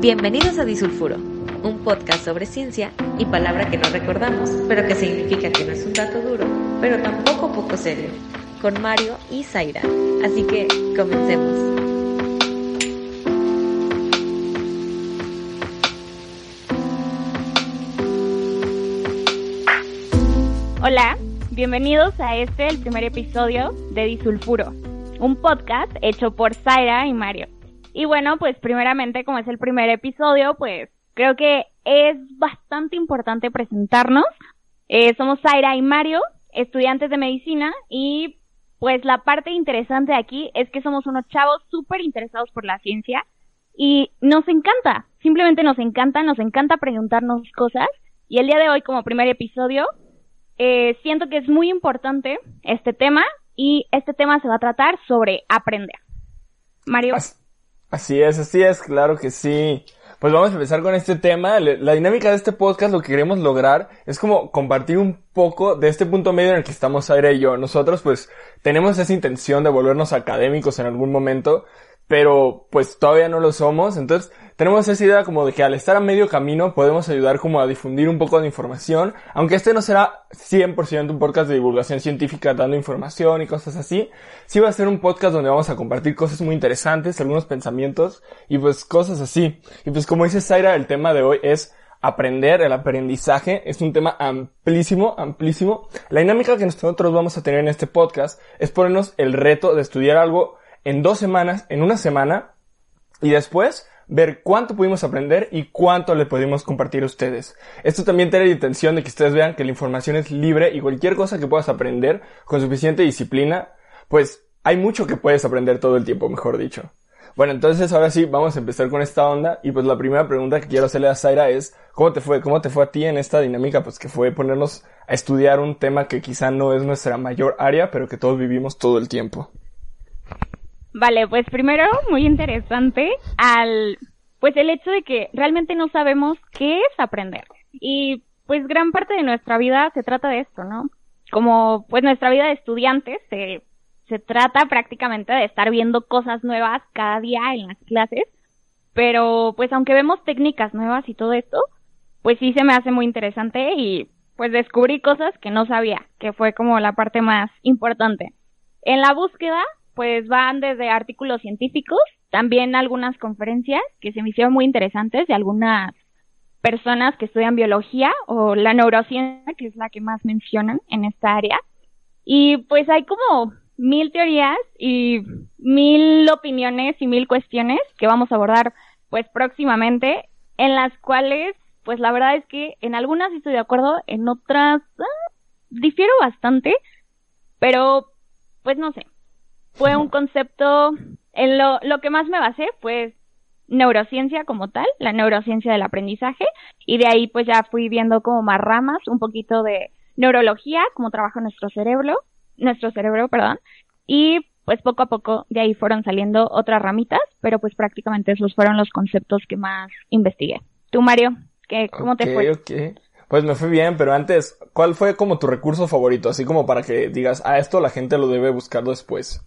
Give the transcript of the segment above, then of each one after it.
Bienvenidos a Disulfuro, un podcast sobre ciencia y palabra que no recordamos, pero que significa que no es un dato duro, pero tampoco poco serio, con Mario y Zaira. Así que, comencemos. Hola, bienvenidos a el primer episodio de Disulfuro, un podcast hecho por Zaira y Mario. Y bueno, pues primeramente, como es el primer episodio, pues creo que es bastante importante presentarnos. Somos Zaira y Mario, estudiantes de medicina, y pues la parte interesante de aquí es que somos unos chavos súper interesados por la ciencia y nos encanta, simplemente nos encanta preguntarnos cosas. Y el día de hoy, como primer episodio, siento que es muy importante este tema, y este tema se va a tratar sobre aprender. Mario. Así es, claro que sí. Pues vamos a empezar con este tema. La dinámica de este podcast, lo que queremos lograr es como compartir un poco de este punto medio en el que estamos Zaira y yo. Nosotros pues tenemos esa intención de volvernos académicos en algún momento, pero pues todavía no lo somos. Entonces tenemos esa idea como de que al estar a medio camino podemos ayudar como a difundir un poco de información, aunque este no será 100% un podcast de divulgación científica dando información y cosas así. Sí va a ser un podcast donde vamos a compartir cosas muy interesantes, algunos pensamientos y pues cosas así. Y pues como dice Zaira, el tema de hoy es aprender, el aprendizaje. Es un tema amplísimo. La dinámica que nosotros vamos a tener en este podcast es ponernos el reto de estudiar algo en 2 semanas, en una semana, y después ver cuánto pudimos aprender y cuánto le pudimos compartir a ustedes. Esto también tiene la intención de que ustedes vean que la información es libre y cualquier cosa que puedas aprender con suficiente disciplina, pues hay mucho que puedes aprender todo el tiempo, mejor dicho. Bueno, entonces ahora sí, vamos a empezar con esta onda, y pues la primera pregunta que quiero hacerle a Zaira es, ¿cómo te fue a ti en esta dinámica? Pues que fue ponernos a estudiar un tema que quizá no es nuestra mayor área, pero que todos vivimos todo el tiempo. Vale, pues primero, muy interesante pues el hecho de que realmente no sabemos qué es aprender. Y pues gran parte de nuestra vida se trata de esto, ¿no? Como pues nuestra vida de estudiantes se trata prácticamente de estar viendo cosas nuevas cada día en las clases, pero pues aunque vemos técnicas nuevas y todo esto, pues sí se me hace muy interesante y pues descubrí cosas que no sabía, que fue como la parte más importante. En la búsqueda pues van desde artículos científicos, también algunas conferencias que se me hicieron muy interesantes de algunas personas que estudian biología o la neurociencia, que es la que más mencionan en esta área. Y pues hay como 1000 teorías y 1000 opiniones y 1000 cuestiones que vamos a abordar pues próximamente, en las cuales pues la verdad es que en algunas estoy de acuerdo, en otras difiero bastante, pero pues no sé. Fue un concepto, en lo que más me basé, pues, neurociencia como tal, la neurociencia del aprendizaje, y de ahí pues ya fui viendo como más ramas, un poquito de neurología, cómo trabaja nuestro cerebro, y pues poco a poco de ahí fueron saliendo otras ramitas, pero pues prácticamente esos fueron los conceptos que más investigué. Tú, Mario, ¿cómo te fue? Ok. Pues me fue bien, pero antes, ¿cuál fue como tu recurso favorito? Así como para que digas, esto la gente lo debe buscar después.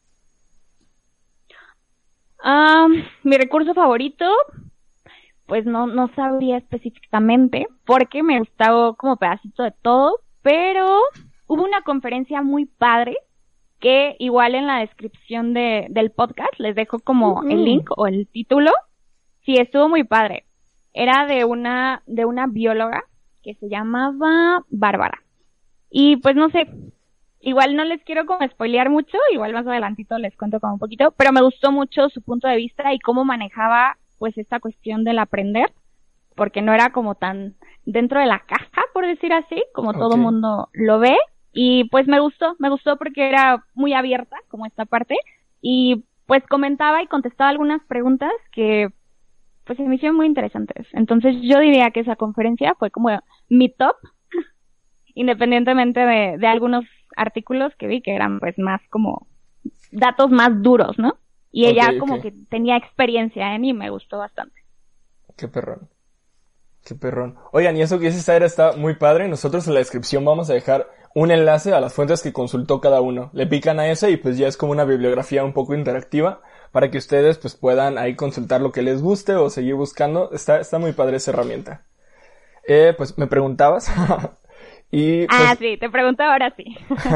Mi recurso favorito, pues no sabría específicamente, porque me gustaba como pedacito de todo, pero hubo una conferencia muy padre, que igual en la descripción del podcast les dejo como el link o el título. Sí, estuvo muy padre. Era de una bióloga que se llamaba Bárbara. Y pues no sé, igual no les quiero como spoilear mucho, igual más adelantito les cuento como un poquito, pero me gustó mucho su punto de vista y cómo manejaba pues esta cuestión del aprender, porque no era como tan dentro de la caja, por decir así, como todo mundo lo ve, y pues me gustó porque era muy abierta como esta parte, y pues comentaba y contestaba algunas preguntas que pues se me hicieron muy interesantes. Entonces yo diría que esa conferencia fue como mi top, independientemente de algunos artículos que vi que eran pues más como datos más duros, ¿no? Y ella como que tenía experiencia en y me gustó bastante. Qué perrón. Oigan, y eso que dice Zaira está muy padre. Nosotros en la descripción vamos a dejar un enlace a las fuentes que consultó cada uno. Le pican a ese y pues ya es como una bibliografía un poco interactiva para que ustedes pues puedan ahí consultar lo que les guste o seguir buscando. Está muy padre esa herramienta. Pues me preguntabas. Y pues, sí, te pregunto ahora sí.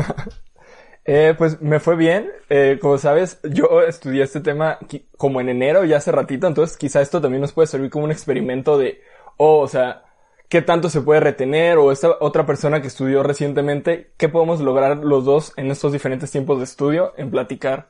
Pues me fue bien. Como sabes, yo estudié este tema como en enero, ya hace ratito, entonces quizá esto también nos puede servir como un experimento de, o sea, qué tanto se puede retener, o esta otra persona que estudió recientemente, qué podemos lograr los dos en estos diferentes tiempos de estudio, en platicar.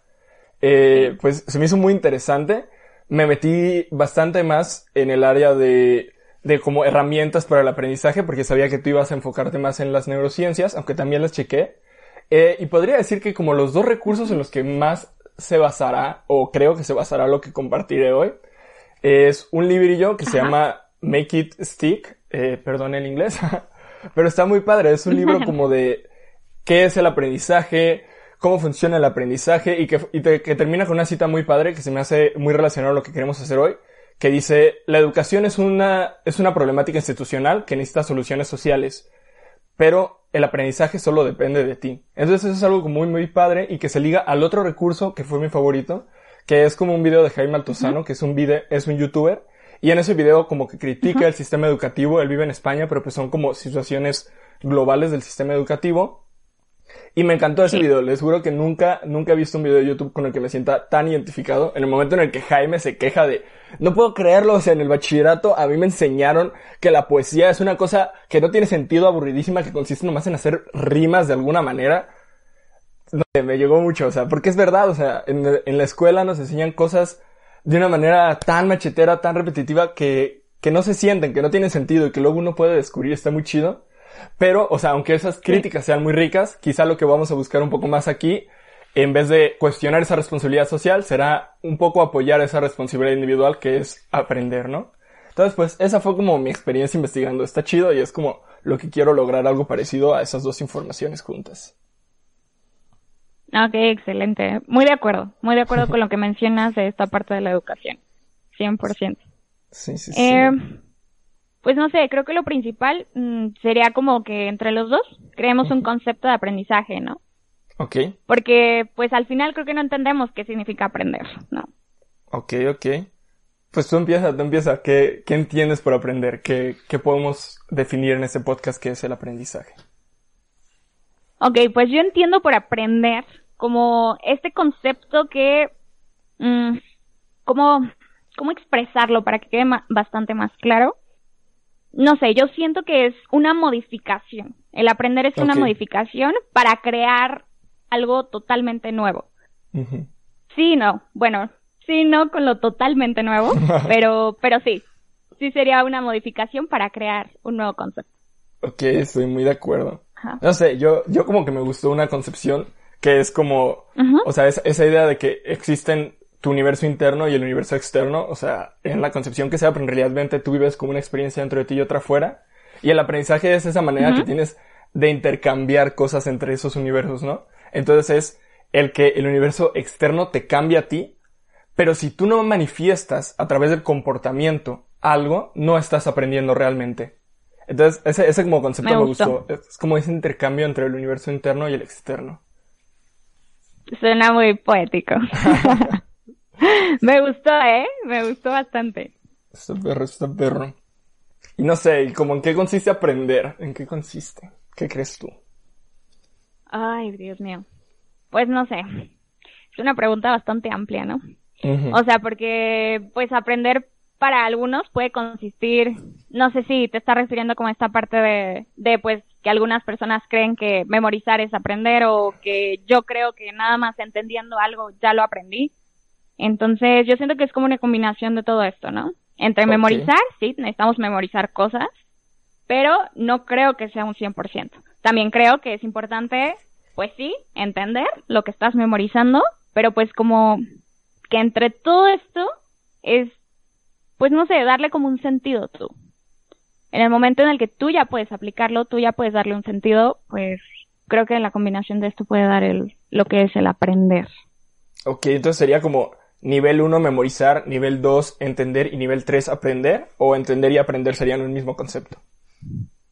Pues se me hizo muy interesante. Me metí bastante más en el área de como herramientas para el aprendizaje, porque sabía que tú ibas a enfocarte más en las neurociencias, aunque también las chequé. Y podría decir que como los dos recursos en los que más se basará, o creo que se basará lo que compartiré hoy, es un librillo que se llama Make It Stick, perdón el inglés, pero está muy padre. Es un libro como de qué es el aprendizaje, cómo funciona el aprendizaje, y que termina con una cita muy padre que se me hace muy relacionado a lo que queremos hacer hoy, que dice: la educación es una problemática institucional que necesita soluciones sociales, pero el aprendizaje solo depende de ti. Entonces eso es algo muy muy padre y que se liga al otro recurso que fue mi favorito, que es como un video de Jaime Altozano, que es un youtuber, y en ese video como que critica el sistema educativo. Él vive en España, pero pues son como situaciones globales del sistema educativo. Y me encantó ese video. Les juro que nunca he visto un video de YouTube con el que me sienta tan identificado. En el momento en el que Jaime se queja de: no puedo creerlo, o sea, en el bachillerato a mí me enseñaron que la poesía es una cosa que no tiene sentido, aburridísima, que consiste nomás en hacer rimas de alguna manera. No sé, me llegó mucho, o sea, porque es verdad, o sea, en la escuela nos enseñan cosas de una manera tan machetera, tan repetitiva, que no se sienten, que no tienen sentido y que luego uno puede descubrir. Está muy chido. Pero, o sea, aunque esas críticas sean muy ricas, quizá lo que vamos a buscar un poco más aquí, en vez de cuestionar esa responsabilidad social, será un poco apoyar esa responsabilidad individual, que es aprender, ¿no? Entonces, pues, esa fue como mi experiencia investigando. Está chido y es como lo que quiero lograr, algo parecido a esas dos informaciones juntas. Ok, excelente. Muy de acuerdo con lo que mencionas de esta parte de la educación. 100%. Sí. Pues no sé, creo que lo principal sería como que entre los dos creemos un concepto de aprendizaje, ¿no? Ok. Porque pues al final creo que no entendemos qué significa aprender, ¿no? Ok. Pues tú empieza. ¿Qué entiendes por aprender? ¿Qué podemos definir en este podcast que es el aprendizaje? Ok, pues yo entiendo por aprender como este concepto que... ¿Cómo expresarlo para que quede bastante más claro? No sé, yo siento que es una modificación. El aprender es una modificación para crear algo totalmente nuevo. Uh-huh. Sí, no. Bueno, sí, no con lo totalmente nuevo, pero sí. Sí sería una modificación para crear un nuevo concepto. Ok, estoy muy de acuerdo. Ajá. No sé, yo como que me gustó una concepción que es como, o sea, esa idea de que existen tu universo interno y el universo externo, o sea, en la concepción que sea, pero en realidad tú vives como una experiencia dentro de ti y otra fuera, y el aprendizaje es esa manera que tienes de intercambiar cosas entre esos universos, ¿no? Entonces es el que el universo externo te cambia a ti, pero si tú no manifiestas a través del comportamiento algo, no estás aprendiendo realmente. Entonces ese como concepto me gustó. Es como ese intercambio entre el universo interno y el externo. Suena muy poético. Me gustó, me gustó bastante. Está perro. Y no sé, ¿y como en qué consiste aprender? ¿En qué consiste? ¿Qué crees tú? Ay, Dios mío. Pues no sé. Es una pregunta bastante amplia, ¿no? Uh-huh. O sea, porque pues aprender para algunos puede consistir, no sé si te estás refiriendo como a esta parte de pues que algunas personas creen que memorizar es aprender, o que yo creo que nada más entendiendo algo ya lo aprendí. Entonces yo siento que es como una combinación de todo esto, ¿no? Entre memorizar, sí, necesitamos memorizar cosas, pero no creo que sea un 100%. También creo que es importante, pues sí, entender lo que estás memorizando, pero pues como que entre todo esto es, pues no sé, darle como un sentido tú. En el momento en el que tú ya puedes aplicarlo, tú ya puedes darle un sentido, pues creo que la combinación de esto puede dar lo que es el aprender. Ok, entonces sería como nivel 1 memorizar, nivel 2 entender y nivel 3 aprender, o entender y aprender serían un mismo concepto.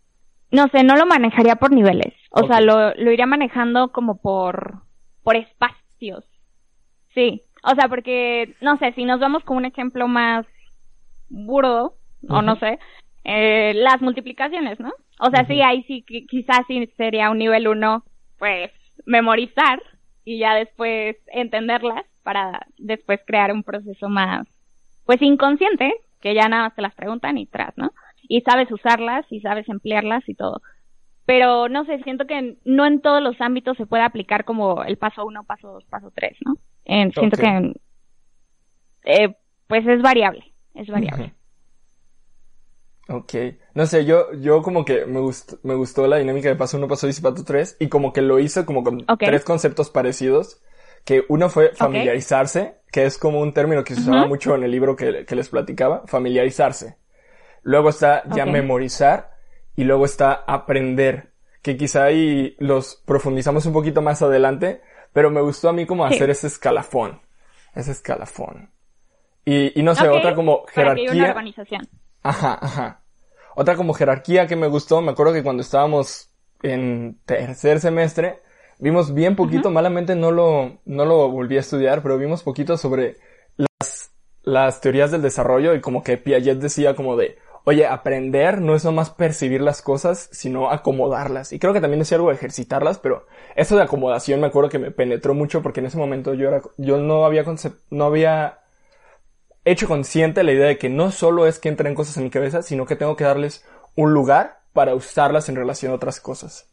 no sé, no lo manejaría por niveles. O sea, Ok. lo iría manejando como por espacios. Sí. O sea, porque, no sé, si nos vamos con un ejemplo más burdo, o no Ujú. sé, las multiplicaciones, ¿no? O sea, sí, Ujú. ahí sí, quizás sí sería un nivel 1, pues, memorizar y ya después entenderlas para después crear un proceso más, pues, inconsciente, que ya nada más te las preguntan y tras, ¿no? Y sabes usarlas y sabes emplearlas y todo. Pero, no sé, siento que no en todos los ámbitos se puede aplicar como el paso 1, paso 2, paso 3, ¿no? Siento Ok. que, pues, es variable. Ok. No sé, yo como que me gustó la dinámica de paso 1, paso 2 y paso 3 y como que lo hice como con Ok. 3 conceptos parecidos, que uno fue Ok. familiarizarse, que es como un término que se usaba Ujú. mucho en el libro que les platicaba, familiarizarse. Luego está ya Ok. memorizar y luego está aprender, que quizá ahí los profundizamos un poquito más adelante, pero me gustó a mí como hacer Sí. ese escalafón. Ese escalafón. Y no sé, Ok. otra como Para que haya una jerarquía. organización. Ajá, ajá. Otra como jerarquía que me gustó, me acuerdo que cuando estábamos en tercer semestre, vimos bien poquito, Ujú. malamente no lo volví a estudiar, pero vimos poquito sobre las teorías del desarrollo y como que Piaget decía como de, oye, aprender no es nomás percibir las cosas, sino acomodarlas. Y creo que también decía algo de ejercitarlas, pero eso de acomodación me acuerdo que me penetró mucho porque en ese momento yo no había hecho consciente la idea de que no solo es que entren cosas en mi cabeza, sino que tengo que darles un lugar para usarlas en relación a otras cosas.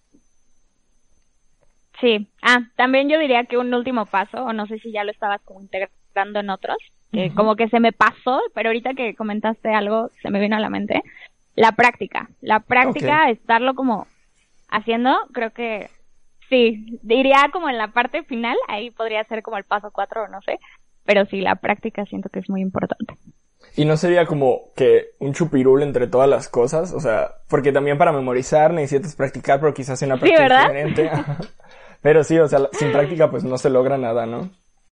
Sí. También yo diría que un último paso, o no sé si ya lo estabas como integrando en otros, que como que se me pasó, pero ahorita que comentaste algo se me vino a la mente. La práctica. La Ok. práctica, estarlo como haciendo, creo que sí, diría como en la parte final, ahí podría ser como el paso 4 o no sé, pero sí, la práctica siento que es muy importante. Y no sería como que un chupirul entre todas las cosas, o sea, porque también para memorizar necesitas practicar, pero quizás una Sí, práctica ¿verdad? diferente. Pero sí, o sea, sin práctica pues no se logra nada, ¿no?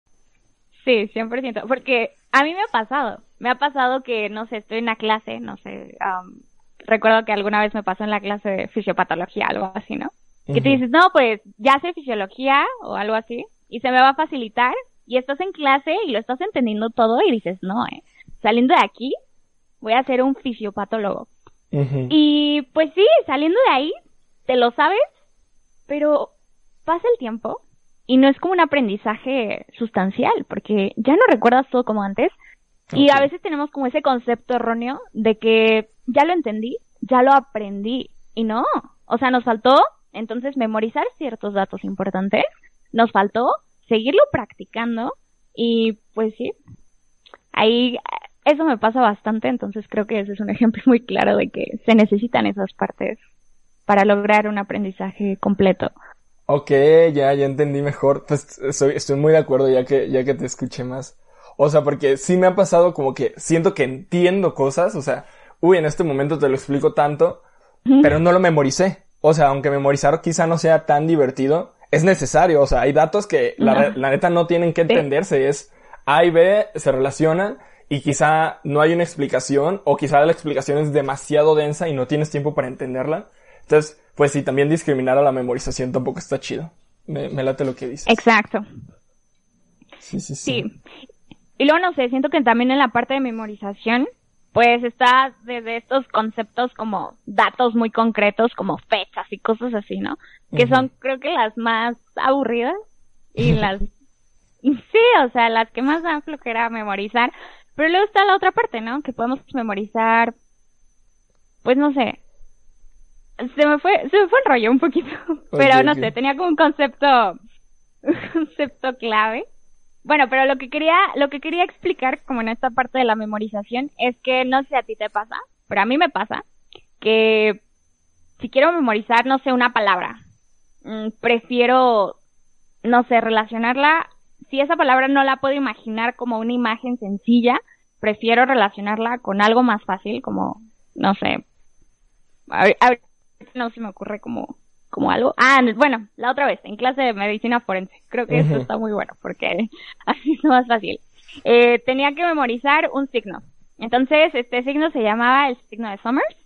Sí, 100%, porque a mí me ha pasado que, no sé, estoy en una clase, no sé, recuerdo que alguna vez me pasó en la clase de fisiopatología, algo así, ¿no? Que tú Ujú. dices, no, pues ya sé fisiología o algo así, y se me va a facilitar, y estás en clase y lo estás entendiendo todo y dices, no, saliendo de aquí voy a ser un fisiopatólogo. Ujú. Y pues sí, saliendo de ahí, te lo sabes, pero pasa el tiempo y no es como un aprendizaje sustancial, porque ya no recuerdas todo como antes y Ok. a veces tenemos como ese concepto erróneo de que ya lo entendí, ya lo aprendí y no, o sea, nos faltó entonces memorizar ciertos datos importantes, nos faltó seguirlo practicando y pues sí, ahí eso me pasa bastante, entonces creo que ese es un ejemplo muy claro de que se necesitan esas partes para lograr un aprendizaje completo. Ok, ya entendí mejor. Pues estoy muy de acuerdo ya que te escuché más. O sea, porque sí me ha pasado como que siento que entiendo cosas, o sea, uy, en este momento te lo explico tanto, pero no lo memoricé. O sea, aunque memorizar quizá no sea tan divertido, es necesario. O sea, hay datos que No, la neta no tienen que sí, entenderse. Es A y B se relacionan y quizá no hay una explicación o quizá la explicación es demasiado densa y no tienes tiempo para entenderla. Entonces, pues sí, también discriminar a la memorización tampoco está chido. Me late lo que dices. exacto, Sí, sí, sí. sí. Y luego, no sé, siento que también en la parte de memorización, pues está desde estos conceptos como datos muy concretos, como fechas y cosas así, ¿no? Que Ujú. son, creo que las más aburridas y las, sí, o sea, las que más dan flojera memorizar. Pero luego está la otra parte, ¿no? Que podemos memorizar, pues no sé, se me fue el rollo un poquito, Ok, pero no ok. sé, tenía como un concepto clave. Bueno, pero lo que quería explicar como en esta parte de la memorización es que no sé si a ti te pasa, pero a mí me pasa que si quiero memorizar, no sé, una palabra, prefiero, no sé, relacionarla, si esa palabra no la puedo imaginar como una imagen sencilla, prefiero relacionarla con algo más fácil, como, no sé, ahorita no se me ocurre como algo. Bueno, la otra vez, en clase de medicina forense. Creo que esto Ujú. está muy bueno, porque así es más fácil. Tenía que memorizar un signo. Entonces, este signo se llamaba el signo de Summers.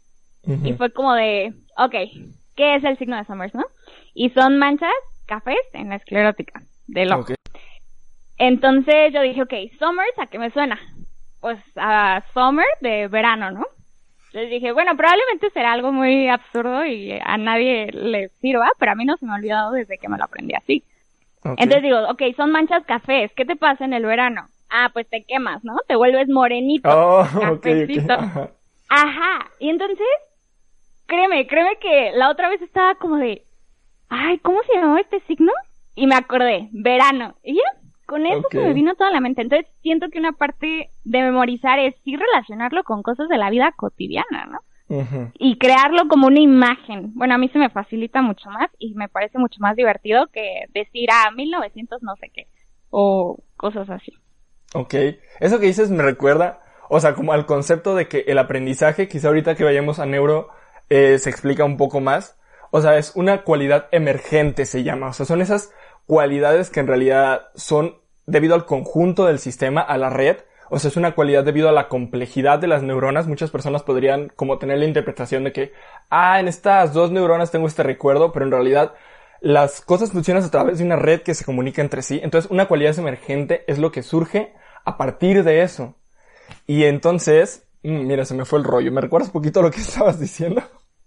Y fue como de, okay, ¿qué es el signo de Summers, no? Y son manchas cafés en la esclerótica del ojo. Okay. Entonces yo dije, okay, Summers, ¿a qué me suena? Pues a Summer de verano, ¿no? Entonces dije, bueno, probablemente será algo muy absurdo y a nadie le sirva, pero a mí no se me ha olvidado desde que me lo aprendí así. Okay. Entonces digo, okay, son manchas cafés, ¿qué te pasa en el verano? Ah, pues te quemas, ¿no? Te vuelves morenito. Oh, cafecito. Okay. Ajá. Y entonces, créeme que la otra vez estaba como de, ay, ¿cómo se llamaba este signo? Y me acordé, verano. Y ya, con eso se me vino toda la mente. Entonces, siento que una parte de memorizar es sí relacionarlo con cosas de la vida cotidiana, ¿no? Uh-huh. Y crearlo como una imagen. Bueno, a mí se me facilita mucho más y me parece mucho más divertido que decir, 1900 no sé qué, o cosas así. Okay. Eso que dices me recuerda, o sea, como al concepto de que el aprendizaje, quizá ahorita que vayamos a neuro, se explica un poco más. O sea, es una cualidad emergente, se llama. O sea, son esas cualidades que en realidad son debido al conjunto del sistema, a la red. O sea, es una cualidad debido a la complejidad de las neuronas. Muchas personas podrían como tener la interpretación de que, en estas 2 neuronas tengo este recuerdo, pero en realidad las cosas funcionan a través de una red que se comunica entre sí. Entonces, una cualidad emergente es lo que surge a partir de eso. Y entonces, mira, se me fue el rollo. ¿Me recuerdas un poquito lo que estabas diciendo?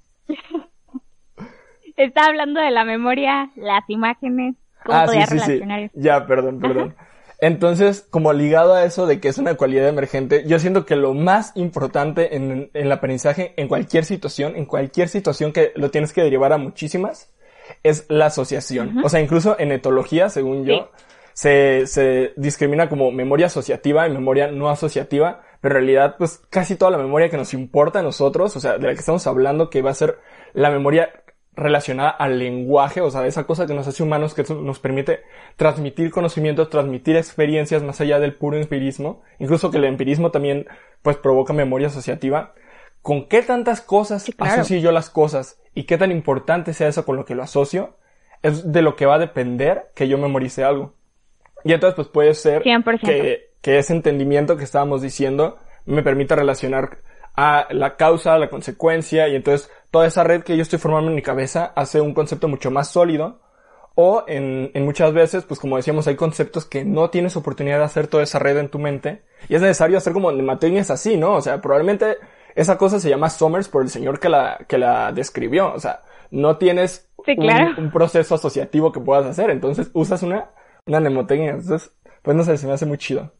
Estaba hablando de la memoria, las imágenes, cómo podía relacionar eso. Ya, perdón. Entonces, como ligado a eso de que es una cualidad emergente, yo siento que lo más importante en el aprendizaje, en cualquier situación que lo tienes que derivar a muchísimas, es la asociación. Uh-huh. O sea, incluso en etología, según yo, se discrimina como memoria asociativa y memoria no asociativa, pero en realidad, pues, casi toda la memoria que nos importa a nosotros, o sea, de la que estamos hablando, que va a ser la memoria relacionada al lenguaje, o sea, esa cosa que nos hace humanos, que nos permite transmitir conocimientos, transmitir experiencias más allá del puro empirismo, incluso que el empirismo también, pues, provoca memoria asociativa. ¿Con qué tantas cosas asocio yo las cosas y qué tan importante sea eso con lo que lo asocio? Es de lo que va a depender que yo memorice algo. Y entonces, pues, puede ser 100%. que ese entendimiento que estábamos diciendo me permita relacionar a la causa, a la consecuencia, y entonces toda esa red que yo estoy formando en mi cabeza hace un concepto mucho más sólido. O en muchas veces, pues como decíamos, hay conceptos que no tienes oportunidad de hacer toda esa red en tu mente, y es necesario hacer como materias así, ¿no? O sea, probablemente esa cosa se llama Summers por el señor que la describió. O sea, no tienes un proceso asociativo que puedas hacer, entonces usas una mnemotecnia. Entonces, pues no sé, se me hace muy chido.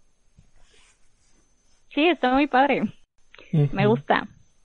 Sí, está muy padre. Uh-huh. Me gusta.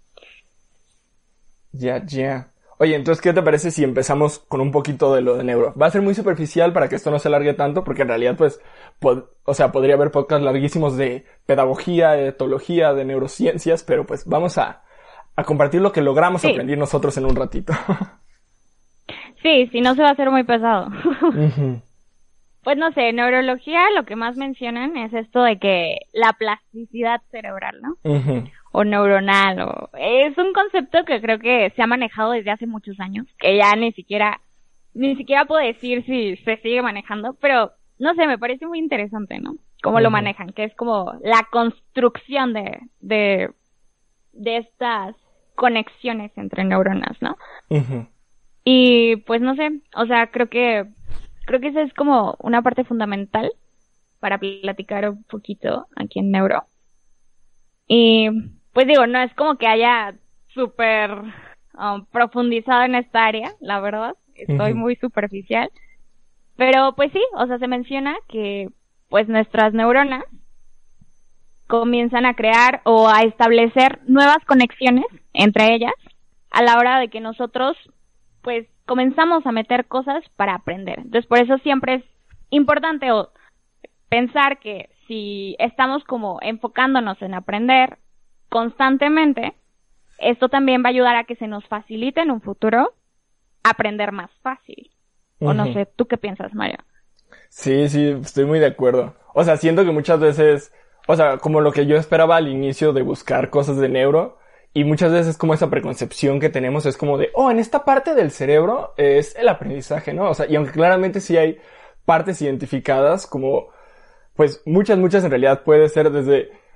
Ya. Oye, entonces, ¿qué te parece si empezamos con un poquito de lo de neuro? Va a ser muy superficial para que esto no se alargue tanto, porque en realidad, pues, podría haber podcasts larguísimos de pedagogía, de etología, de neurociencias, pero pues vamos a compartir lo que logramos aprender nosotros en un ratito. Sí, si no se va a hacer muy pesado. Uh-huh. Pues no sé, en neurología lo que más mencionan es esto de que la plasticidad cerebral, ¿no? Uh-huh. O neuronal, es un concepto que creo que se ha manejado desde hace muchos años, que ya ni siquiera puedo decir si se sigue manejando, pero no sé, me parece muy interesante, ¿no? Cómo lo manejan, que es como la construcción de estas conexiones entre neuronas, ¿no? Uh-huh. Y pues no sé, o sea, creo que esa es como una parte fundamental para platicar un poquito aquí en Neuro. Y pues digo, no es como que haya súper profundizado en esta área, la verdad. Estoy muy superficial. Pero pues sí, o sea, se menciona que pues nuestras neuronas comienzan a crear o a establecer nuevas conexiones entre ellas a la hora de que nosotros pues comenzamos a meter cosas para aprender. Entonces, por eso siempre es importante pensar que si estamos como enfocándonos en aprender constantemente, esto también va a ayudar a que se nos facilite en un futuro aprender más fácil. O no sé, ¿tú qué piensas, Mario? Sí, estoy muy de acuerdo. O sea, siento que muchas veces, o sea, como lo que yo esperaba al inicio de buscar cosas de neuro, y muchas veces como esa preconcepción que tenemos es como de, en esta parte del cerebro es el aprendizaje, ¿no? O sea, y aunque claramente sí hay partes identificadas como, pues muchas en realidad puede ser desde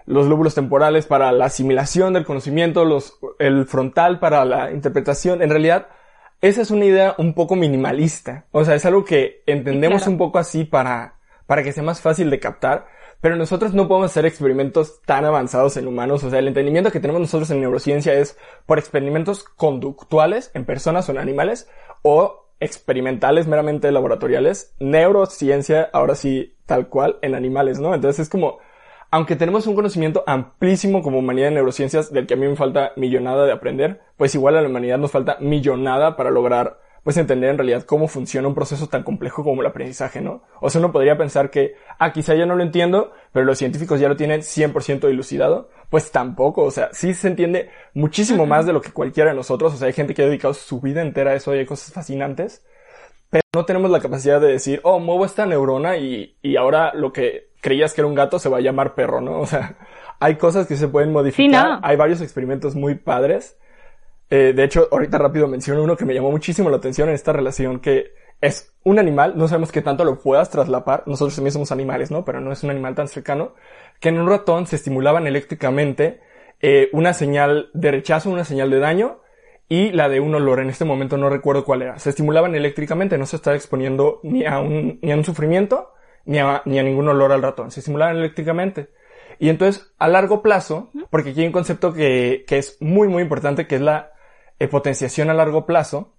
los lóbulos temporales para la asimilación del conocimiento, el frontal para la interpretación. En realidad, esa es una idea un poco minimalista. O sea, es algo que entendemos un poco así para que sea más fácil de captar, pero nosotros no podemos hacer experimentos tan avanzados en humanos. O sea, el entendimiento que tenemos nosotros en neurociencia es por experimentos conductuales en personas o en animales, o experimentales meramente laboratoriales. Neurociencia, ahora sí, tal cual, en animales, ¿no? Entonces es como, aunque tenemos un conocimiento amplísimo como humanidad de neurociencias, del que a mí me falta millonada de aprender, pues igual a la humanidad nos falta millonada para lograr, pues, entender en realidad cómo funciona un proceso tan complejo como el aprendizaje, ¿no? O sea, uno podría pensar que, quizá ya no lo entiendo, pero los científicos ya lo tienen 100% dilucidado. Pues tampoco, o sea, sí se entiende muchísimo más de lo que cualquiera de nosotros. O sea, hay gente que ha dedicado su vida entera a eso y hay cosas fascinantes, pero no tenemos la capacidad de decir, muevo esta neurona y ahora lo que creías que era un gato se va a llamar perro, ¿no? O sea, hay cosas que se pueden modificar. Sí, ¿no? Hay varios experimentos muy padres. De hecho, ahorita rápido menciono uno que me llamó muchísimo la atención en esta relación, que es un animal, no sabemos qué tanto lo puedas traslapar, nosotros también somos animales, ¿no? Pero no es un animal tan cercano, que en un ratón se estimulaban eléctricamente una señal de rechazo, una señal de daño, y la de un olor. En este momento no recuerdo cuál era. Se estimulaban eléctricamente, no se estaba exponiendo ni a un sufrimiento, ni a ningún olor al ratón. Se estimulaban eléctricamente. Y entonces, a largo plazo, porque aquí hay un concepto que es muy, muy importante, que es la potenciación a largo plazo,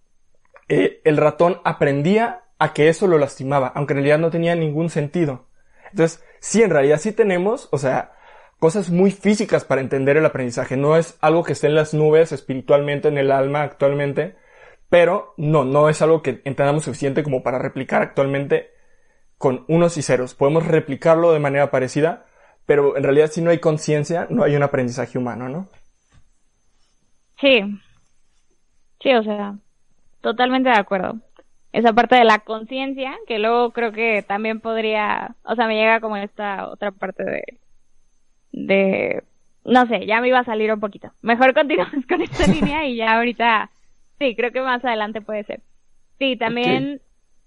el ratón aprendía a que eso lo lastimaba, aunque en realidad no tenía ningún sentido. Entonces, sí, en realidad sí tenemos, o sea, cosas muy físicas para entender el aprendizaje. No es algo que esté en las nubes espiritualmente, en el alma actualmente, pero no es algo que entendamos suficiente como para replicar actualmente con unos y ceros. Podemos replicarlo de manera parecida, pero en realidad si no hay conciencia, no hay un aprendizaje humano, ¿no? Sí. Sí, o sea, totalmente de acuerdo. Esa parte de la conciencia, que luego creo que también podría, o sea, me llega como esta otra parte de, no sé, ya me iba a salir un poquito. Mejor continuamos con esta línea y ya ahorita, sí, creo que más adelante puede ser. Sí, también,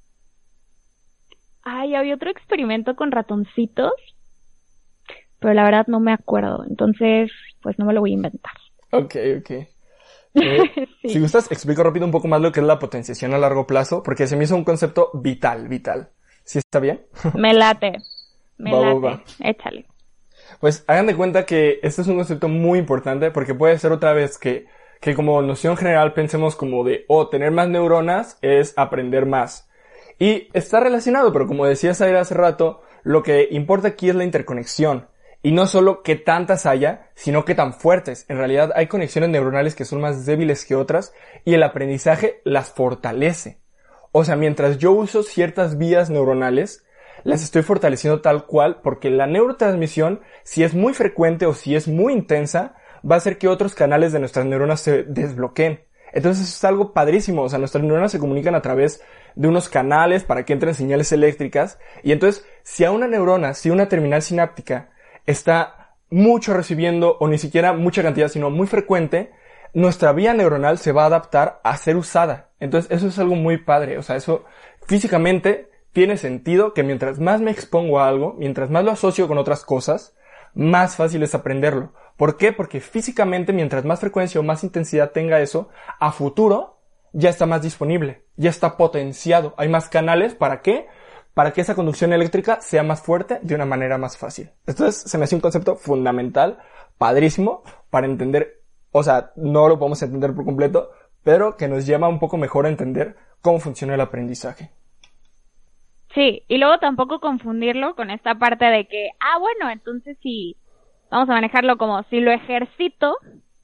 había otro experimento con ratoncitos, pero la verdad no me acuerdo, entonces, pues no me lo voy a inventar. Ok. Sí. Si gustas, explico rápido un poco más lo que es la potenciación a largo plazo, porque se me hizo un concepto vital. ¿Sí está bien? Me late. Va. Échale. Pues hagan de cuenta que este es un concepto muy importante, porque puede ser otra vez que como noción general pensemos como de, tener más neuronas es aprender más. Y está relacionado, pero como decía Zaira hace rato, lo que importa aquí es la interconexión. Y no solo qué tantas haya, sino qué tan fuertes. En realidad hay conexiones neuronales que son más débiles que otras y el aprendizaje las fortalece. O sea, mientras yo uso ciertas vías neuronales, las estoy fortaleciendo tal cual porque la neurotransmisión, si es muy frecuente o si es muy intensa, va a hacer que otros canales de nuestras neuronas se desbloqueen. Entonces eso es algo padrísimo. O sea, nuestras neuronas se comunican a través de unos canales para que entren señales eléctricas. Y entonces, si una terminal sináptica está mucho recibiendo, o ni siquiera mucha cantidad, sino muy frecuente, nuestra vía neuronal se va a adaptar a ser usada. Entonces eso es algo muy padre. O sea, eso físicamente tiene sentido, que mientras más me expongo a algo, mientras más lo asocio con otras cosas, más fácil es aprenderlo. ¿Por qué? Porque físicamente, mientras más frecuencia o más intensidad tenga eso, a futuro ya está más disponible, ya está potenciado. Hay más canales, ¿para qué? Para que esa conducción eléctrica sea más fuerte de una manera más fácil. Entonces se me hace un concepto fundamental, padrísimo, para entender, o sea, no lo podemos entender por completo, pero que nos llama un poco mejor a entender cómo funciona el aprendizaje. Sí, y luego tampoco confundirlo con esta parte de que, bueno, entonces si vamos a manejarlo como si lo ejercito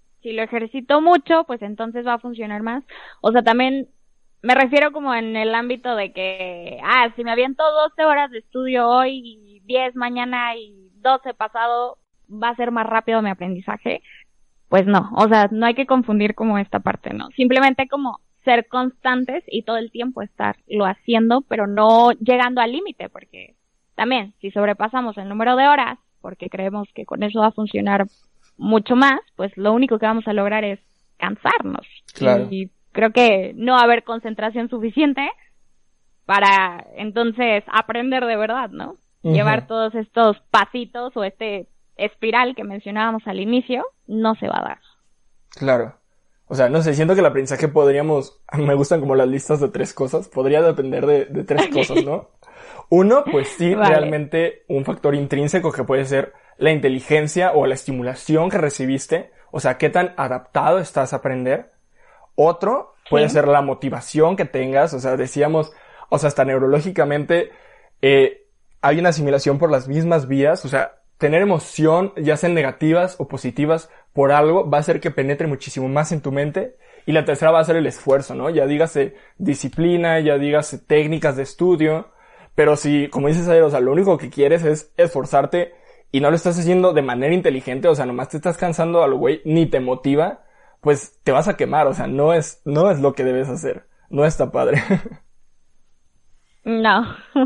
mucho, pues entonces va a funcionar más. O sea, también me refiero como en el ámbito de que, si me aviento 12 horas de estudio hoy y 10 mañana y 12 pasado, va a ser más rápido mi aprendizaje. Pues no, o sea, no hay que confundir como esta parte, ¿no? Simplemente como ser constantes y todo el tiempo estarlo haciendo, pero no llegando al límite, porque también si sobrepasamos el número de horas, porque creemos que con eso va a funcionar mucho más, pues lo único que vamos a lograr es cansarnos. Claro. Y creo que no va a haber concentración suficiente para entonces aprender de verdad, ¿no? Uh-huh. Llevar todos estos pasitos o este espiral que mencionábamos al inicio no se va a dar. Claro. O sea, no sé, siento que el aprendizaje me gustan como las listas de 3 cosas, podría depender de 3 cosas, ¿no? Uno, pues sí, Vale. realmente un factor intrínseco que puede ser la inteligencia o la estimulación que recibiste, o sea, qué tan adaptado estás a aprender. Otro puede ser la motivación que tengas, o sea, decíamos, o sea, hasta neurológicamente hay una asimilación por las mismas vías, o sea, tener emoción, ya sean negativas o positivas, por algo, va a hacer que penetre muchísimo más en tu mente. Y la tercera va a ser el esfuerzo, ¿no? Ya dígase disciplina, ya dígase técnicas de estudio. Pero si, como dices ayer, o sea, lo único que quieres es esforzarte y no lo estás haciendo de manera inteligente, o sea, nomás te estás cansando a lo güey, ni te motiva, pues te vas a quemar, o sea, no es lo que debes hacer. No está padre. No.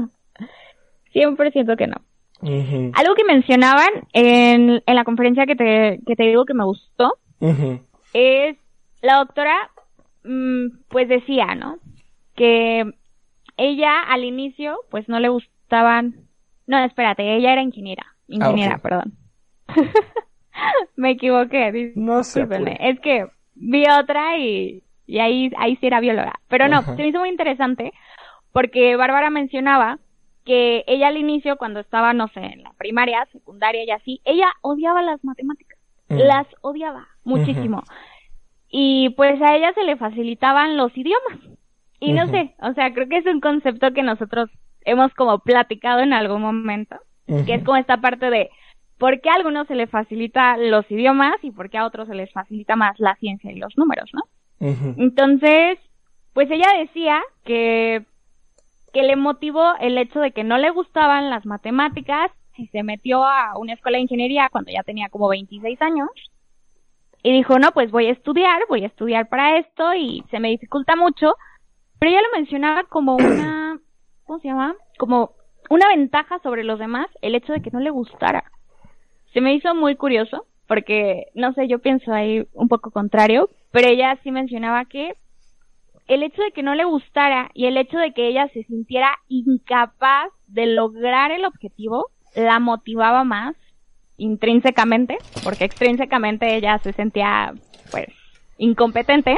100% que no. Uh-huh. Algo que mencionaban en la conferencia que te digo que me gustó, Uh-huh. es la doctora, pues decía, ¿no? Que ella al inicio, pues no le gustaban, no, espérate, ella era ingeniera, Okay. perdón. Me equivoqué, No sé. discúlpenme. Es que vi otra y ahí sí era bióloga. Pero no, Ajá. se me hizo muy interesante porque Bárbara mencionaba que ella al inicio, cuando estaba, no sé, en la primaria, secundaria y así, ella odiaba las matemáticas. Las odiaba muchísimo. Y pues a ella se le facilitaban los idiomas. Y no sé, o sea, creo que es un concepto que nosotros hemos como platicado en algún momento, que es como esta parte de por qué a algunos se les facilita los idiomas y por qué a otros se les facilita más la ciencia y los números, ¿no? Entonces, pues ella decía que le motivó el hecho de que no le gustaban las matemáticas y se metió a una escuela de ingeniería cuando ya tenía como 26 años y dijo, no, pues voy a estudiar para esto y se me dificulta mucho, pero ella lo mencionaba como una, ¿cómo se llama? Como una ventaja sobre los demás, el hecho de que no le gustara. Se me hizo muy curioso porque, no sé, yo pienso ahí un poco contrario, pero ella sí mencionaba que el hecho de que no le gustara y el hecho de que ella se sintiera incapaz de lograr el objetivo la motivaba más intrínsecamente, porque extrínsecamente ella se sentía, pues, incompetente,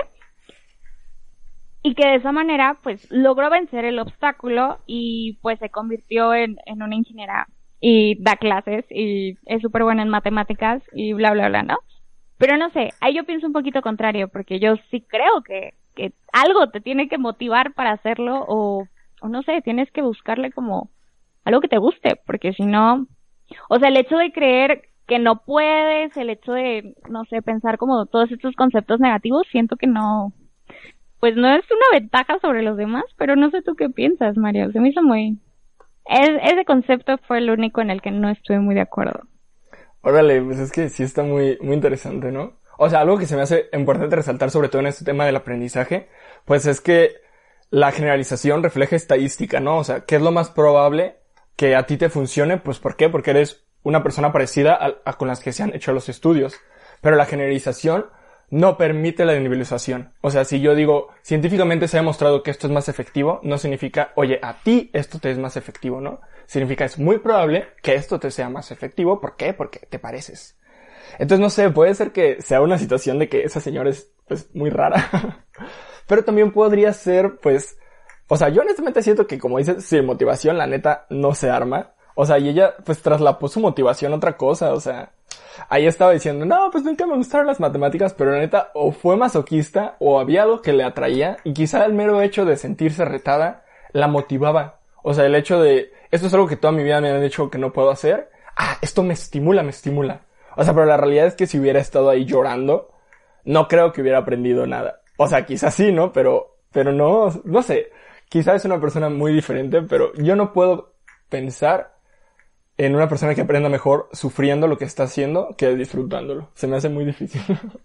y que de esa manera, pues, logró vencer el obstáculo y, pues, se convirtió en una ingeniera y da clases y es súper buena en matemáticas y bla, bla, bla, ¿no? Pero no sé, ahí yo pienso un poquito contrario, porque yo sí creo que algo te tiene que motivar para hacerlo o no sé, tienes que buscarle como algo que te guste, porque si no, o sea, el hecho de creer que no puedes, el hecho de, no sé, pensar como todos estos conceptos negativos, siento que no, pues no es una ventaja sobre los demás, pero no sé tú qué piensas, Mario, se me hizo muy... Ese concepto fue el único en el que no estuve muy de acuerdo. Órale, pues es que sí está muy, muy interesante, ¿no? O sea, algo que se me hace importante resaltar, sobre todo en este tema del aprendizaje, pues es que la generalización refleja estadística, ¿no? O sea, ¿qué es lo más probable que a ti te funcione? Pues, ¿por qué? Porque eres una persona parecida a con las que se han hecho los estudios. Pero la generalización no permite la individualización. O sea, si yo digo, científicamente se ha demostrado que esto es más efectivo, no significa, oye, a ti esto te es más efectivo, ¿no? Significa, es muy probable que esto te sea más efectivo. ¿Por qué? Porque te pareces. Entonces, no sé, puede ser que sea una situación de que esa señora es, pues, muy rara. Pero también podría ser, pues, o sea, yo honestamente siento que, como dices, sin motivación, la neta, no se arma. O sea, y ella, pues, traslapó su motivación a otra cosa, o sea, ahí estaba diciendo, no, pues nunca me gustaron las matemáticas, pero la neta, o fue masoquista, o había algo que le atraía, y quizá el mero hecho de sentirse retada, la motivaba. O sea, el hecho de, esto es algo que toda mi vida me han dicho que no puedo hacer, esto me estimula. O sea, pero la realidad es que si hubiera estado ahí llorando, no creo que hubiera aprendido nada. O sea, quizás sí, ¿no? Pero no sé. Quizás es una persona muy diferente, pero yo no puedo pensar en una persona que aprenda mejor sufriendo lo que está haciendo que disfrutándolo. Se me hace muy difícil.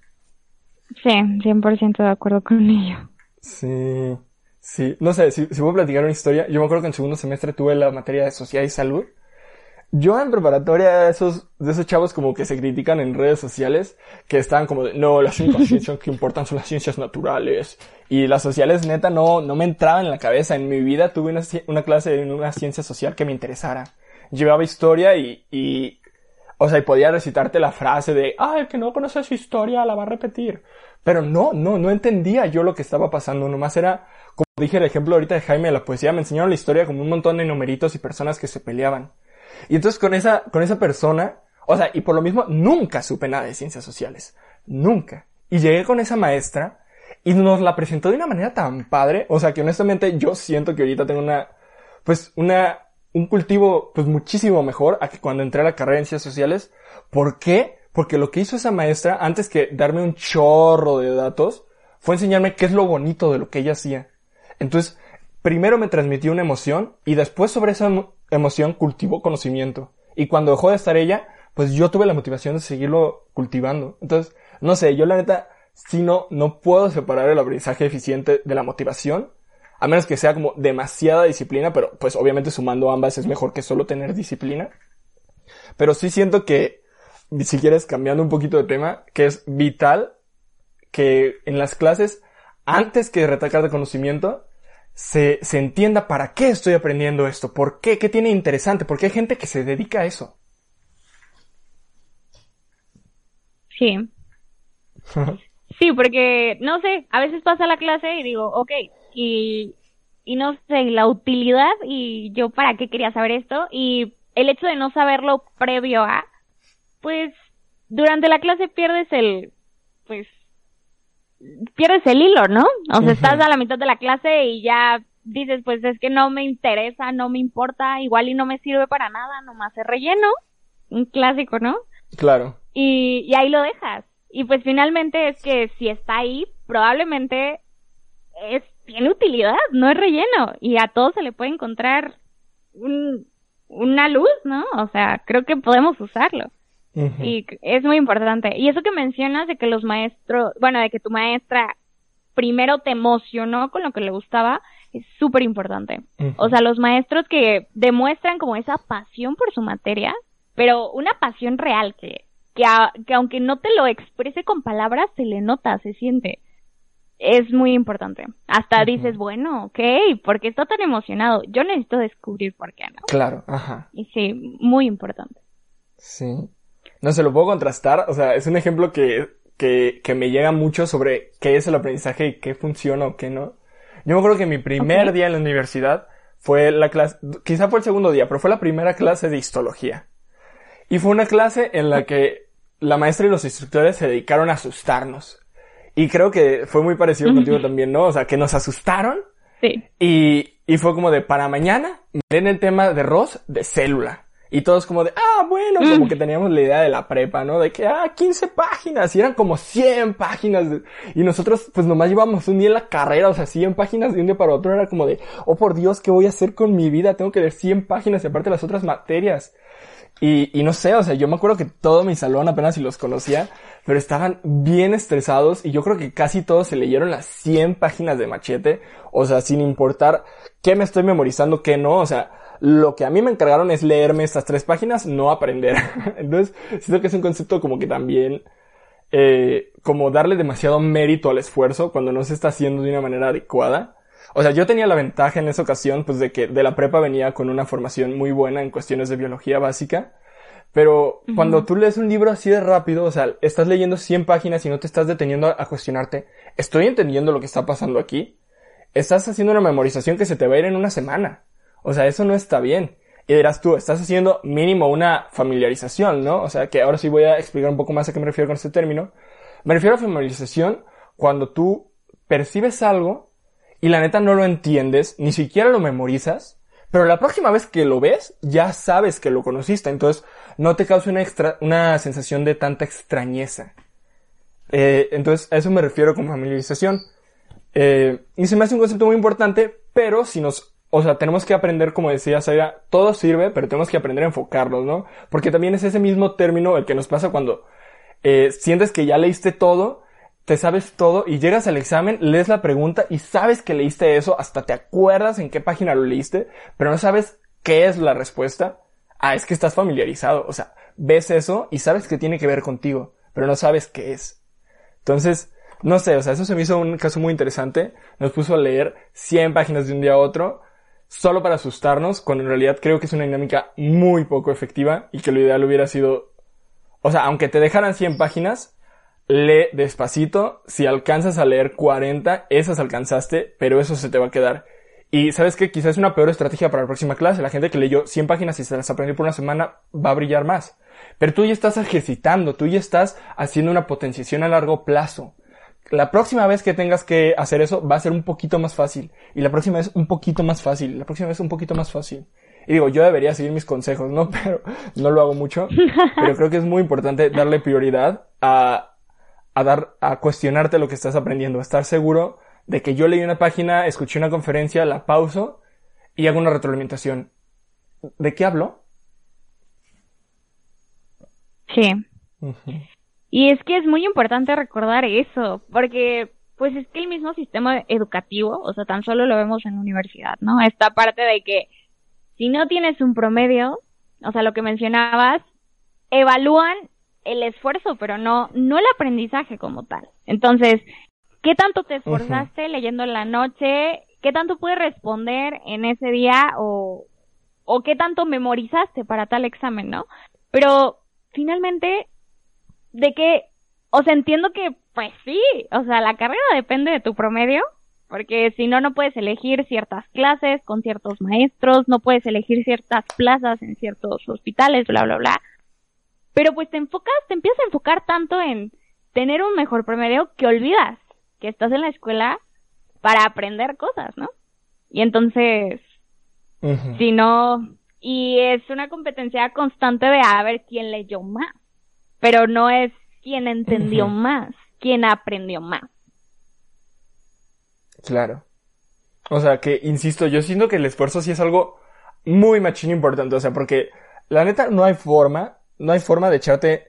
Sí, 100% de acuerdo con ello. Sí. No sé, si puedo platicar una historia. Yo me acuerdo que en segundo semestre tuve la materia de Sociedad y Salud. Yo en preparatoria de esos chavos como que se critican en redes sociales, que están como de, no, las únicas ciencias que importan son las ciencias naturales. Y las sociales neta no me entraban en la cabeza. En mi vida tuve una clase de una ciencia social que me interesara. Llevaba historia y O sea, y podía recitarte la frase de, el que no conoce su historia la va a repetir. Pero no entendía yo lo que estaba pasando. Nomás era, como dije el ejemplo ahorita de Jaime de la poesía, me enseñaron la historia como un montón de numeritos y personas que se peleaban. Y entonces con esa persona, o sea, y por lo mismo nunca supe nada de ciencias sociales. Nunca. Y llegué con esa maestra y nos la presentó de una manera tan padre. O sea, que honestamente yo siento que ahorita tengo un cultivo pues muchísimo mejor a que cuando entré a la carrera en ciencias sociales. ¿Por qué? Porque lo que hizo esa maestra, antes que darme un chorro de datos, fue enseñarme qué es lo bonito de lo que ella hacía. Entonces, primero me transmitió una emoción y después sobre esa emoción cultivó conocimiento. Y cuando dejó de estar ella, pues yo tuve la motivación de seguirlo cultivando. Entonces, no sé, yo la neta, sí no puedo separar el aprendizaje eficiente de la motivación. A menos que sea como demasiada disciplina, pero pues obviamente sumando ambas es mejor que solo tener disciplina. Pero sí siento que, si quieres cambiando un poquito de tema, que es vital que en las clases, antes que retacar de conocimiento, se entienda para qué estoy aprendiendo esto, por qué tiene interesante, porque hay gente que se dedica a eso. Sí. Sí, porque, no sé, a veces pasa la clase y digo, okay, y no sé, la utilidad y yo para qué quería saber esto y el hecho de no saberlo previo a, pues, durante la clase pierdes el hilo, ¿no? O sea, estás a la mitad de la clase y ya dices, pues es que no me interesa, no me importa, igual y no me sirve para nada, nomás es relleno, un clásico, ¿no? Claro. Y ahí lo dejas. Y pues finalmente es que si está ahí, probablemente tiene utilidad, no es relleno. Y a todos se le puede encontrar una luz, ¿no? O sea, creo que podemos usarlo. Uh-huh. Y es muy importante. Y eso que mencionas de que los maestros, de que tu maestra primero te emocionó con lo que le gustaba, es súper importante. Uh-huh. O sea, los maestros que demuestran como esa pasión por su materia, pero una pasión real que aunque no te lo exprese con palabras, se le nota, se siente. Es muy importante. Hasta dices, bueno, ok, ¿por qué está tan emocionado? Yo necesito descubrir por qué, ¿no? Claro, ajá. Y sí, muy importante. Sí. No se lo puedo contrastar, o sea, es un ejemplo que me llega mucho sobre qué es el aprendizaje y qué funciona o qué no. Yo me acuerdo que mi primer día en la universidad fue la clase, quizá fue el segundo día, pero fue la primera clase de histología. Y fue una clase en la que la maestra y los instructores se dedicaron a asustarnos. Y creo que fue muy parecido contigo también, ¿no? O sea, que nos asustaron. Sí. Y fue como de, para mañana, ven el tema de Ross de célula. Y todos como de, bueno, como que teníamos la idea de la prepa, ¿no? De que, 15 páginas. Y eran como 100 páginas. Y nosotros, pues nomás llevamos un día en la carrera. O sea, 100 páginas de un día para otro. Era como de, oh por Dios, ¿qué voy a hacer con mi vida? Tengo que leer 100 páginas y aparte las otras materias. Y no sé, o sea, yo me acuerdo que todo mi salón apenas si los conocía, pero estaban bien estresados y yo creo que casi todos se leyeron las 100 páginas de Machete, o sea, sin importar qué me estoy memorizando, qué no, o sea, lo que a mí me encargaron es leerme estas 3 páginas, no aprender. Entonces, siento que es un concepto como que también, como darle demasiado mérito al esfuerzo cuando no se está haciendo de una manera adecuada. O sea, yo tenía la ventaja en esa ocasión, pues, de que de la prepa venía con una formación muy buena en cuestiones de biología básica. Pero cuando tú lees un libro así de rápido, o sea, estás leyendo 100 páginas y no te estás deteniendo a cuestionarte, ¿estoy entendiendo lo que está pasando aquí? Estás haciendo una memorización que se te va a ir en una semana. O sea, eso no está bien. Y dirás tú, estás haciendo mínimo una familiarización, ¿no? O sea, que ahora sí voy a explicar un poco más a qué me refiero con este término. Me refiero a familiarización cuando tú percibes algo y la neta no lo entiendes, ni siquiera lo memorizas, pero la próxima vez que lo ves, ya sabes que lo conociste, entonces no te causa una sensación de tanta extrañeza. Entonces a eso me refiero con familiarización. Y se me hace un concepto muy importante, pero tenemos que aprender, como decía Zaira, todo sirve, pero tenemos que aprender a enfocarnos, ¿no? Porque también es ese mismo término el que nos pasa cuando sientes que ya leíste todo, te sabes todo y llegas al examen, lees la pregunta y sabes que leíste eso, hasta te acuerdas en qué página lo leíste, pero no sabes qué es la respuesta. Es que estás familiarizado, o sea, ves eso y sabes que tiene que ver contigo, pero no sabes qué es. Entonces, no sé, o sea, eso se me hizo un caso muy interesante. Nos puso a leer 100 páginas de un día a otro, solo para asustarnos, cuando en realidad creo que es una dinámica muy poco efectiva y que lo ideal hubiera sido O sea, aunque te dejaran 100 páginas, lee despacito. Si alcanzas a leer 40, esas alcanzaste, pero eso se te va a quedar. Y ¿sabes qué? Quizás es una peor estrategia para la próxima clase. La gente que leyó 100 páginas y se las aprendió por una semana va a brillar más. Pero tú ya estás ejercitando, tú ya estás haciendo una potenciación a largo plazo. La próxima vez que tengas que hacer eso va a ser un poquito más fácil. Y la próxima vez un poquito más fácil. La próxima vez un poquito más fácil. Y digo, yo debería seguir mis consejos, ¿no? Pero no lo hago mucho. Pero creo que es muy importante darle prioridad a cuestionarte lo que estás aprendiendo. A estar seguro de que yo leí una página, escuché una conferencia, la pauso y hago una retroalimentación. ¿De qué hablo? Sí. Uh-huh. Y es que es muy importante recordar eso, porque pues es que el mismo sistema educativo, o sea, tan solo lo vemos en la universidad, ¿no? Esta parte de que si no tienes un promedio, o sea, lo que mencionabas, evalúan el esfuerzo, pero no el aprendizaje como tal. Entonces, ¿qué tanto te esforzaste leyendo en la noche? ¿Qué tanto puedes responder en ese día? O qué tanto memorizaste para tal examen, ¿no? Pero finalmente, de que, o sea, entiendo que, pues sí, o sea, la carrera depende de tu promedio, porque si no, no puedes elegir ciertas clases con ciertos maestros, no puedes elegir ciertas plazas en ciertos hospitales, bla, bla, bla. Pero pues te empiezas a enfocar tanto en tener un mejor promedio que olvidas que estás en la escuela para aprender cosas, ¿no? Y entonces, si no, y es una competencia constante de a ver quién leyó más, pero no es quién entendió más, quién aprendió más. Claro. O sea, que, insisto, yo siento que el esfuerzo sí es algo muy machín importante, o sea, porque la neta no hay forma de echarte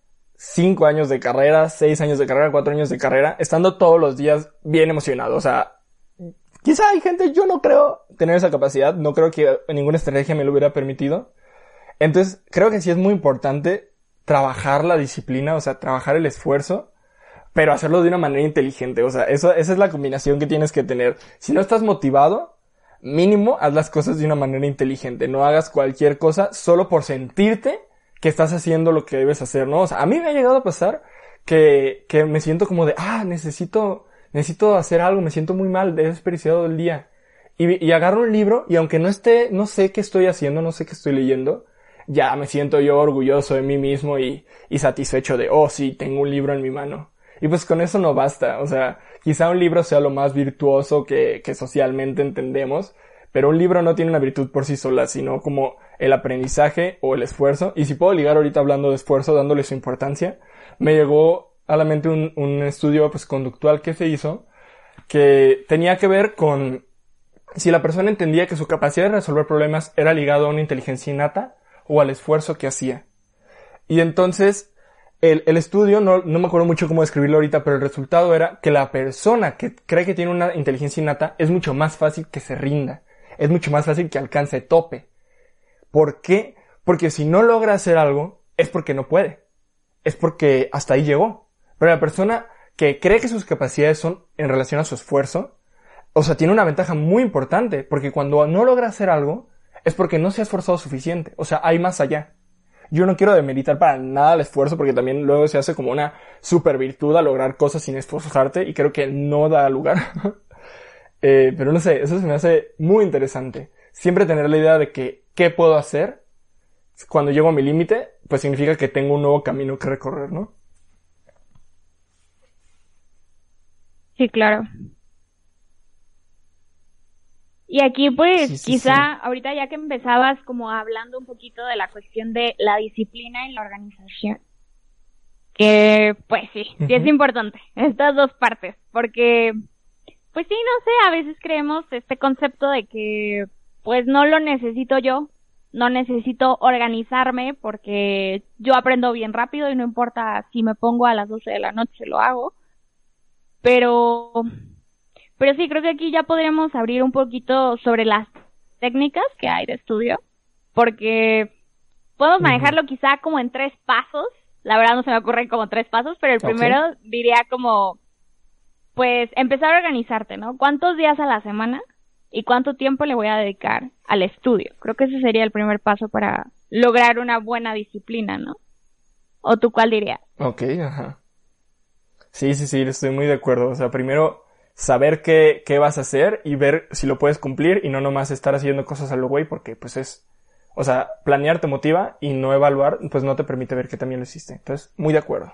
5 años de carrera, 6 años de carrera, 4 años de carrera, estando todos los días bien emocionado. O sea, quizá hay gente, yo no creo tener esa capacidad, no creo que ninguna estrategia me lo hubiera permitido. Entonces, creo que sí es muy importante trabajar la disciplina, o sea, trabajar el esfuerzo, pero hacerlo de una manera inteligente. O sea, esa es la combinación que tienes que tener. Si no estás motivado, mínimo haz las cosas de una manera inteligente. No hagas cualquier cosa solo por sentirte que estás haciendo lo que debes hacer, ¿no? O sea, a mí me ha llegado a pasar que me siento como de, necesito hacer algo, me siento muy mal, he desperdiciado el día. Y agarro un libro y aunque no sé qué estoy haciendo, no sé qué estoy leyendo, ya me siento yo orgulloso de mí mismo y satisfecho de, sí, tengo un libro en mi mano. Y pues con eso no basta, o sea, quizá un libro sea lo más virtuoso que socialmente entendemos, pero un libro no tiene una virtud por sí sola, sino como el aprendizaje o el esfuerzo. Y si puedo ligar ahorita hablando de esfuerzo, dándole su importancia, me llegó a la mente un estudio pues conductual que se hizo, que tenía que ver con si la persona entendía que su capacidad de resolver problemas era ligado a una inteligencia innata o al esfuerzo que hacía. Y entonces, el estudio, no me acuerdo mucho cómo describirlo ahorita, pero el resultado era que la persona que cree que tiene una inteligencia innata es mucho más fácil que se rinda. Es mucho más fácil que alcance tope. ¿Por qué? Porque si no logra hacer algo, es porque no puede. Es porque hasta ahí llegó. Pero la persona que cree que sus capacidades son en relación a su esfuerzo, o sea, tiene una ventaja muy importante, porque cuando no logra hacer algo, es porque no se ha esforzado suficiente. O sea, hay más allá. Yo no quiero demeritar para nada el esfuerzo, porque también luego se hace como una super virtud a lograr cosas sin esforzarte, y creo que no da lugar. Pero no sé, eso se me hace muy interesante. Siempre tener la idea de que, ¿qué puedo hacer? Cuando llego a mi límite, pues significa que tengo un nuevo camino que recorrer, ¿no? Sí, claro. Y aquí pues quizá ahorita ya que empezabas como hablando un poquito de la cuestión de la disciplina en la organización, que pues sí es importante, estas dos partes, porque pues sí, no sé, a veces creemos este concepto de que pues no lo necesito yo, no necesito organizarme porque yo aprendo bien rápido y no importa si me pongo a las 12 de la noche, lo hago. Pero sí, creo que aquí ya podríamos abrir un poquito sobre las técnicas que hay de estudio, porque podemos manejarlo quizá como en 3 pasos. La verdad no se me ocurren como 3 pasos, pero el primero diría como, pues, empezar a organizarte, ¿no? ¿Cuántos días a la semana y cuánto tiempo le voy a dedicar al estudio? Creo que ese sería el primer paso para lograr una buena disciplina, ¿no? ¿O tú cuál dirías? Ok, ajá. Sí, estoy muy de acuerdo. O sea, primero saber qué vas a hacer y ver si lo puedes cumplir y no nomás estar haciendo cosas a lo güey porque pues o sea, planear te motiva y no evaluar pues no te permite ver que también lo hiciste. Entonces, muy de acuerdo.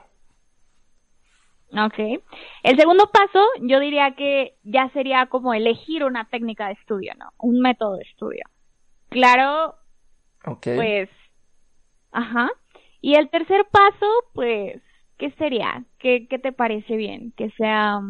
Okay. El segundo paso, yo diría que ya sería como elegir una técnica de estudio, ¿no? Un método de estudio. Claro, Okay. pues, ajá. Y el tercer paso, pues, ¿qué sería? ¿Qué te parece bien? Que sea,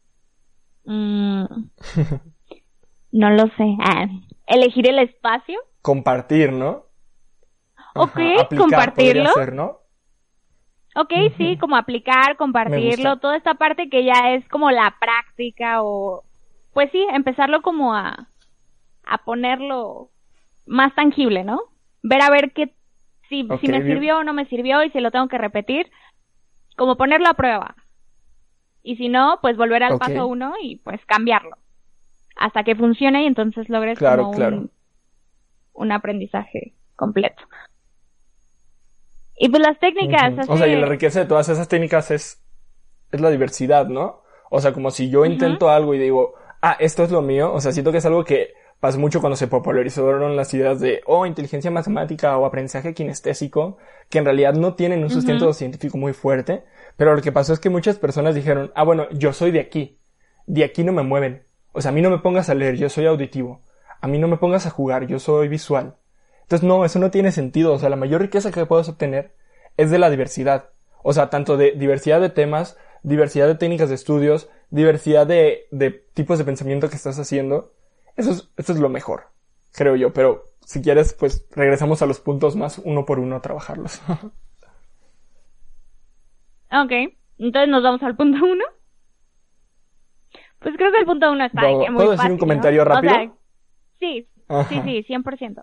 no lo sé. Elegir el espacio. Compartir, ¿no? Ok, aplicar, compartirlo. podría ser, ¿no? Ok, sí, como aplicar, compartirlo, toda esta parte que ya es como la práctica o, pues sí, empezarlo como a ponerlo más tangible, ¿no? Ver a ver si me sirvió o no me sirvió y si lo tengo que repetir, como ponerlo a prueba. Y si no, pues volver al paso 1 y pues cambiarlo. Hasta que funcione y entonces logres un aprendizaje completo. Y pues las técnicas... O sea, y la riqueza de todas esas técnicas es la diversidad, ¿no? O sea, como si yo intento algo y digo, esto es lo mío. O sea, siento que es algo que pasa mucho cuando se popularizaron las ideas de, inteligencia matemática o aprendizaje kinestésico, que en realidad no tienen un sustento científico muy fuerte. Pero lo que pasó es que muchas personas dijeron, bueno, yo soy de aquí no me mueven. O sea, a mí no me pongas a leer, yo soy auditivo. A mí no me pongas a jugar, yo soy visual. Entonces, no, eso no tiene sentido. O sea, la mayor riqueza que puedes obtener es de la diversidad. O sea, tanto de diversidad de temas, diversidad de técnicas de estudios, diversidad de tipos de pensamiento que estás haciendo. Eso es lo mejor, creo yo. Pero, si quieres, pues, regresamos a los puntos más uno por uno a trabajarlos. Ok. Entonces, ¿nos vamos al punto 1? Pues creo que el punto 1 está muy ¿Puedo fácil, decir un comentario rápido? O sea, sí, 100%.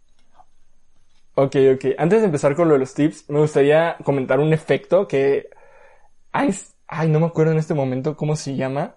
Ok. Antes de empezar con lo de los tips, me gustaría comentar un efecto que... no me acuerdo en este momento cómo se llama.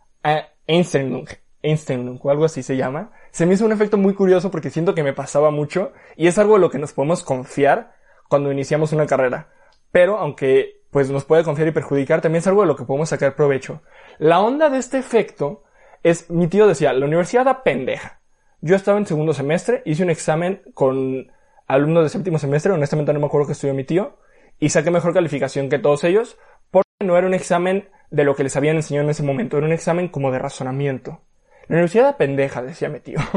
Einstein o algo así se llama. Se me hizo un efecto muy curioso porque siento que me pasaba mucho y es algo de lo que nos podemos confiar cuando iniciamos una carrera. Pero aunque pues nos puede confiar y perjudicar, también es algo de lo que podemos sacar provecho. La onda de este efecto es, mi tío decía, la universidad da pendeja. Yo estaba en segundo semestre, hice un examen con alumnos de séptimo semestre, honestamente no me acuerdo que estudió mi tío, y saqué mejor calificación que todos ellos, porque no era un examen de lo que les habían enseñado en ese momento, era un examen como de razonamiento. La universidad da pendeja, decía mi tío.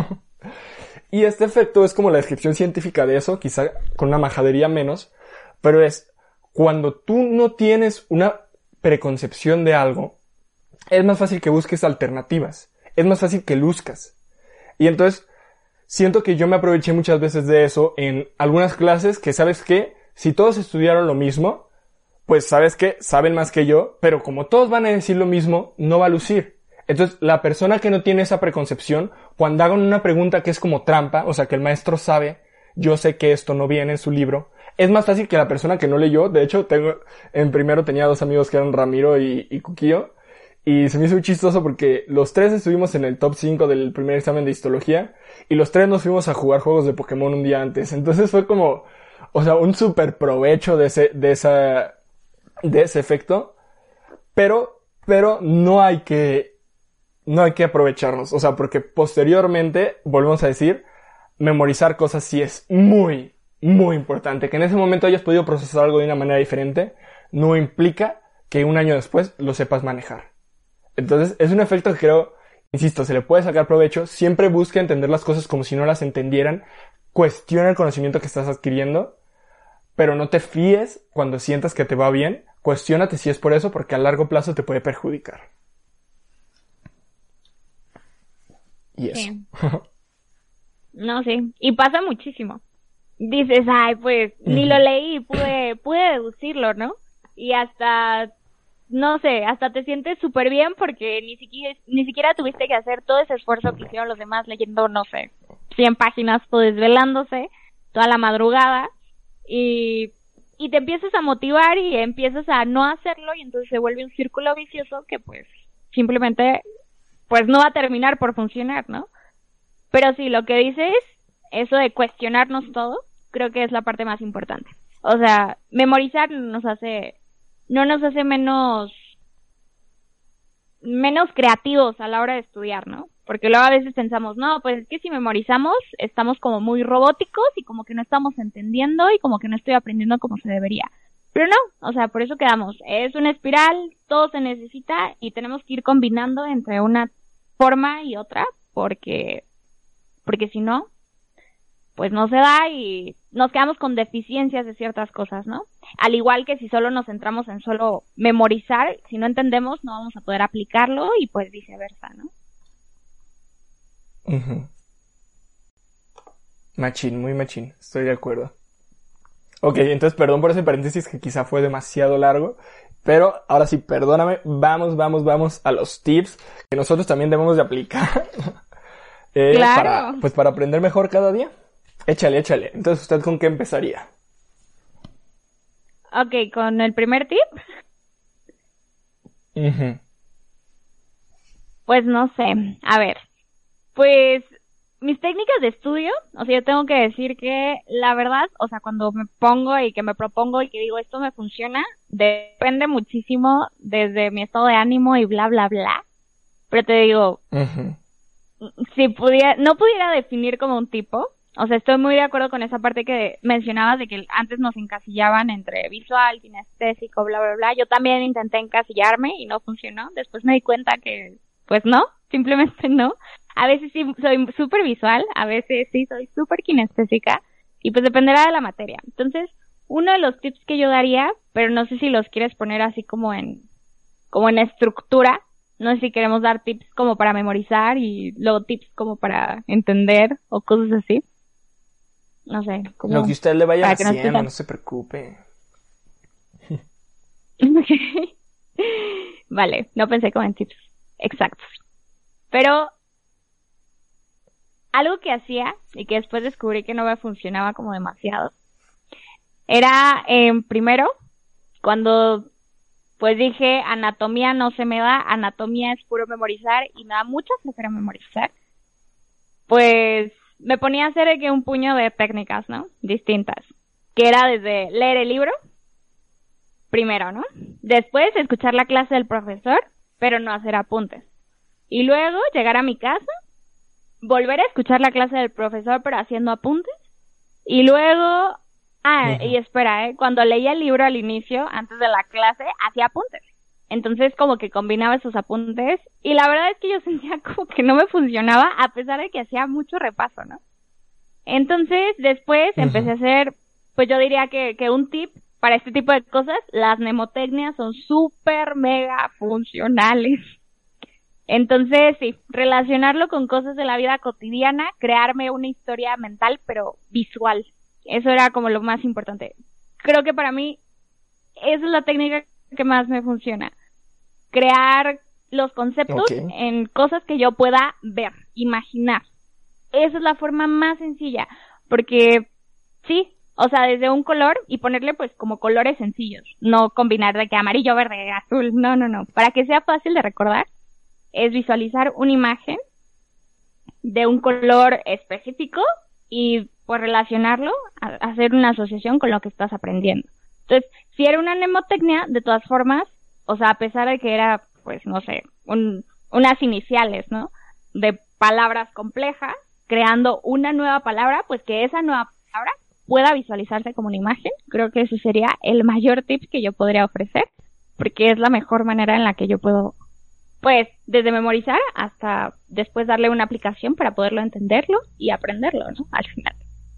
Y este efecto es como la descripción científica de eso, quizá con una majadería menos, pero es cuando tú no tienes una preconcepción de algo, es más fácil que busques alternativas, es más fácil que luzcas. Y entonces, siento que yo me aproveché muchas veces de eso en algunas clases que, ¿sabes qué? Si todos estudiaron lo mismo, pues, ¿sabes qué? Saben más que yo, pero como todos van a decir lo mismo, no va a lucir. Entonces, la persona que no tiene esa preconcepción, cuando hagan una pregunta que es como trampa, o sea, que el maestro sabe, yo sé que esto no viene en su libro, es más fácil que la persona que no leyó. De hecho, en primero tenía 2 amigos que eran Ramiro y Cuquillo, y se me hizo muy chistoso porque los 3 estuvimos en el top 5 del primer examen de histología, y los 3 nos fuimos a jugar juegos de Pokémon un día antes. Entonces fue como, o sea, un súper provecho de ese efecto, pero no hay que aprovecharnos, o sea, porque posteriormente, volvemos a decir, memorizar cosas sí es muy, muy importante. Que en ese momento hayas podido procesar algo de una manera diferente, no implica que un año después lo sepas manejar. Entonces, es un efecto que creo, insisto, se le puede sacar provecho. Siempre busca entender las cosas como si no las entendieran. Cuestiona el conocimiento que estás adquiriendo, pero no te fíes cuando sientas que te va bien. Cuestiónate si es por eso, porque a largo plazo te puede perjudicar. Y eso. Sí. No, sí. Y pasa muchísimo. Dices, pues, ni lo leí, pude deducirlo, ¿no? Y hasta, no sé, hasta te sientes súper bien porque ni siquiera tuviste que hacer todo ese esfuerzo que hicieron los demás leyendo, no sé, 100 páginas, todo desvelándose, toda la madrugada, y te empiezas a motivar y empiezas a no hacerlo y entonces se vuelve un círculo vicioso que pues simplemente pues no va a terminar por funcionar, ¿no? Pero sí, lo que dices, eso de cuestionarnos todo, creo que es la parte más importante. O sea, memorizar no nos hace menos creativos a la hora de estudiar, ¿no? Porque luego a veces pensamos, no, pues es que si memorizamos estamos como muy robóticos y como que no estamos entendiendo y como que no estoy aprendiendo como se debería. Pero no, o sea, por eso quedamos. Es una espiral, todo se necesita y tenemos que ir combinando entre una forma y otra porque si no, pues no se da y nos quedamos con deficiencias de ciertas cosas, ¿no? Al igual que si solo nos centramos en solo memorizar, si no entendemos no vamos a poder aplicarlo y pues viceversa, ¿no? Uh-huh. Machín, muy machín, estoy de acuerdo. Ok, entonces perdón por ese paréntesis que quizá fue demasiado largo, pero ahora sí, perdóname, vamos a los tips que nosotros también debemos de aplicar Claro. para aprender mejor cada día. Échale. Entonces, ¿usted con qué empezaría? Ok, con el primer tip, Uh-huh. pues no sé, a ver, pues mis técnicas de estudio, o sea, yo tengo que decir que la verdad, o sea, cuando me pongo y que me propongo y que digo esto me funciona, depende muchísimo desde mi estado de ánimo y bla, bla, bla. Pero te digo, Uh-huh. si no pudiera definir como un tipo, o sea, estoy muy de acuerdo con esa parte que mencionabas de que antes nos encasillaban entre visual, kinestésico, bla, bla, bla. Yo también intenté encasillarme y no funcionó. Después me di cuenta que, pues no, simplemente no. A veces sí soy súper visual, a veces sí soy súper kinestésica y pues dependerá de la materia. Entonces, uno de los tips que yo daría, pero no sé si los quieres poner así como en estructura, no sé si queremos dar tips como para memorizar y luego tips como para entender o cosas así. No sé, como Lo que usted le vaya para que no haciendo, esté no se preocupe. Ok. Vale, no pensé como en tips exactos. Pero algo que hacía y que después descubrí que no me funcionaba como demasiado era primero cuando pues dije anatomía no se me da, anatomía es puro memorizar y me da mucha flojera memorizar, pues me ponía a hacer un puño de técnicas, ¿no? Distintas, que era desde leer el libro primero, ¿no? Después escuchar la clase del profesor, pero no hacer apuntes. Y luego llegar a mi casa, volver a escuchar la clase del profesor, pero haciendo apuntes. Y luego, y espera, cuando leía el libro al inicio, antes de la clase, hacía apuntes. Entonces como que combinaba esos apuntes y la verdad es que yo sentía como que no me funcionaba a pesar de que hacía mucho repaso, ¿no? Entonces después empecé a hacer, pues yo diría que un tip para este tipo de cosas, las mnemotecnias son súper mega funcionales. Entonces sí, relacionarlo con cosas de la vida cotidiana, crearme una historia mental pero visual. Eso era como lo más importante. Creo que para mí esa es la técnica que más me funciona. Crear los conceptos en cosas que yo pueda ver, imaginar. Esa es la forma más sencilla, porque sí, o sea, desde un color y ponerle pues como colores sencillos, no combinar de que amarillo, verde, azul, no. Para que sea fácil de recordar, es visualizar una imagen de un color específico y pues relacionarlo, hacer una asociación con lo que estás aprendiendo. Entonces, si era una mnemotecnia, de todas formas, o sea, a pesar de que era, pues, no sé, unas iniciales, ¿no? De palabras complejas, creando una nueva palabra, pues que esa nueva palabra pueda visualizarse como una imagen. Creo que ese sería el mayor tip que yo podría ofrecer, porque es la mejor manera en la que yo puedo, pues, desde memorizar hasta después darle una aplicación para poderlo entenderlo y aprenderlo, ¿no? Al final.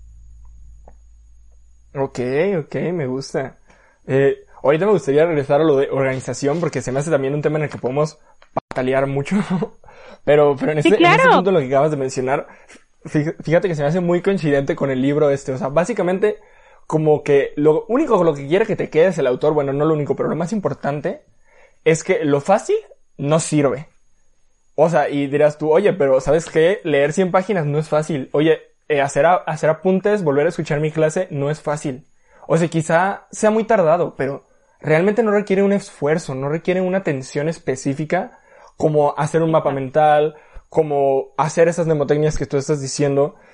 Ok, me gusta. Ahorita me gustaría regresar a lo de organización porque se me hace también un tema en el que podemos patalear mucho. pero en este punto lo que acabas de mencionar, fíjate que se me hace muy coincidente con el libro este. O sea, básicamente como que lo único con lo que quiere que te quedes el autor, bueno, no lo único, pero lo más importante es que lo fácil no sirve. O sea, y dirás tú, oye, pero ¿sabes qué? Leer 100 páginas no es fácil. Oye, hacer apuntes, volver a escuchar mi clase no es fácil. O sea, quizá sea muy tardado, pero realmente no requiere un esfuerzo, no requiere una atención específica como hacer un mapa mental, como hacer esas mnemotecnias que tú estás diciendo.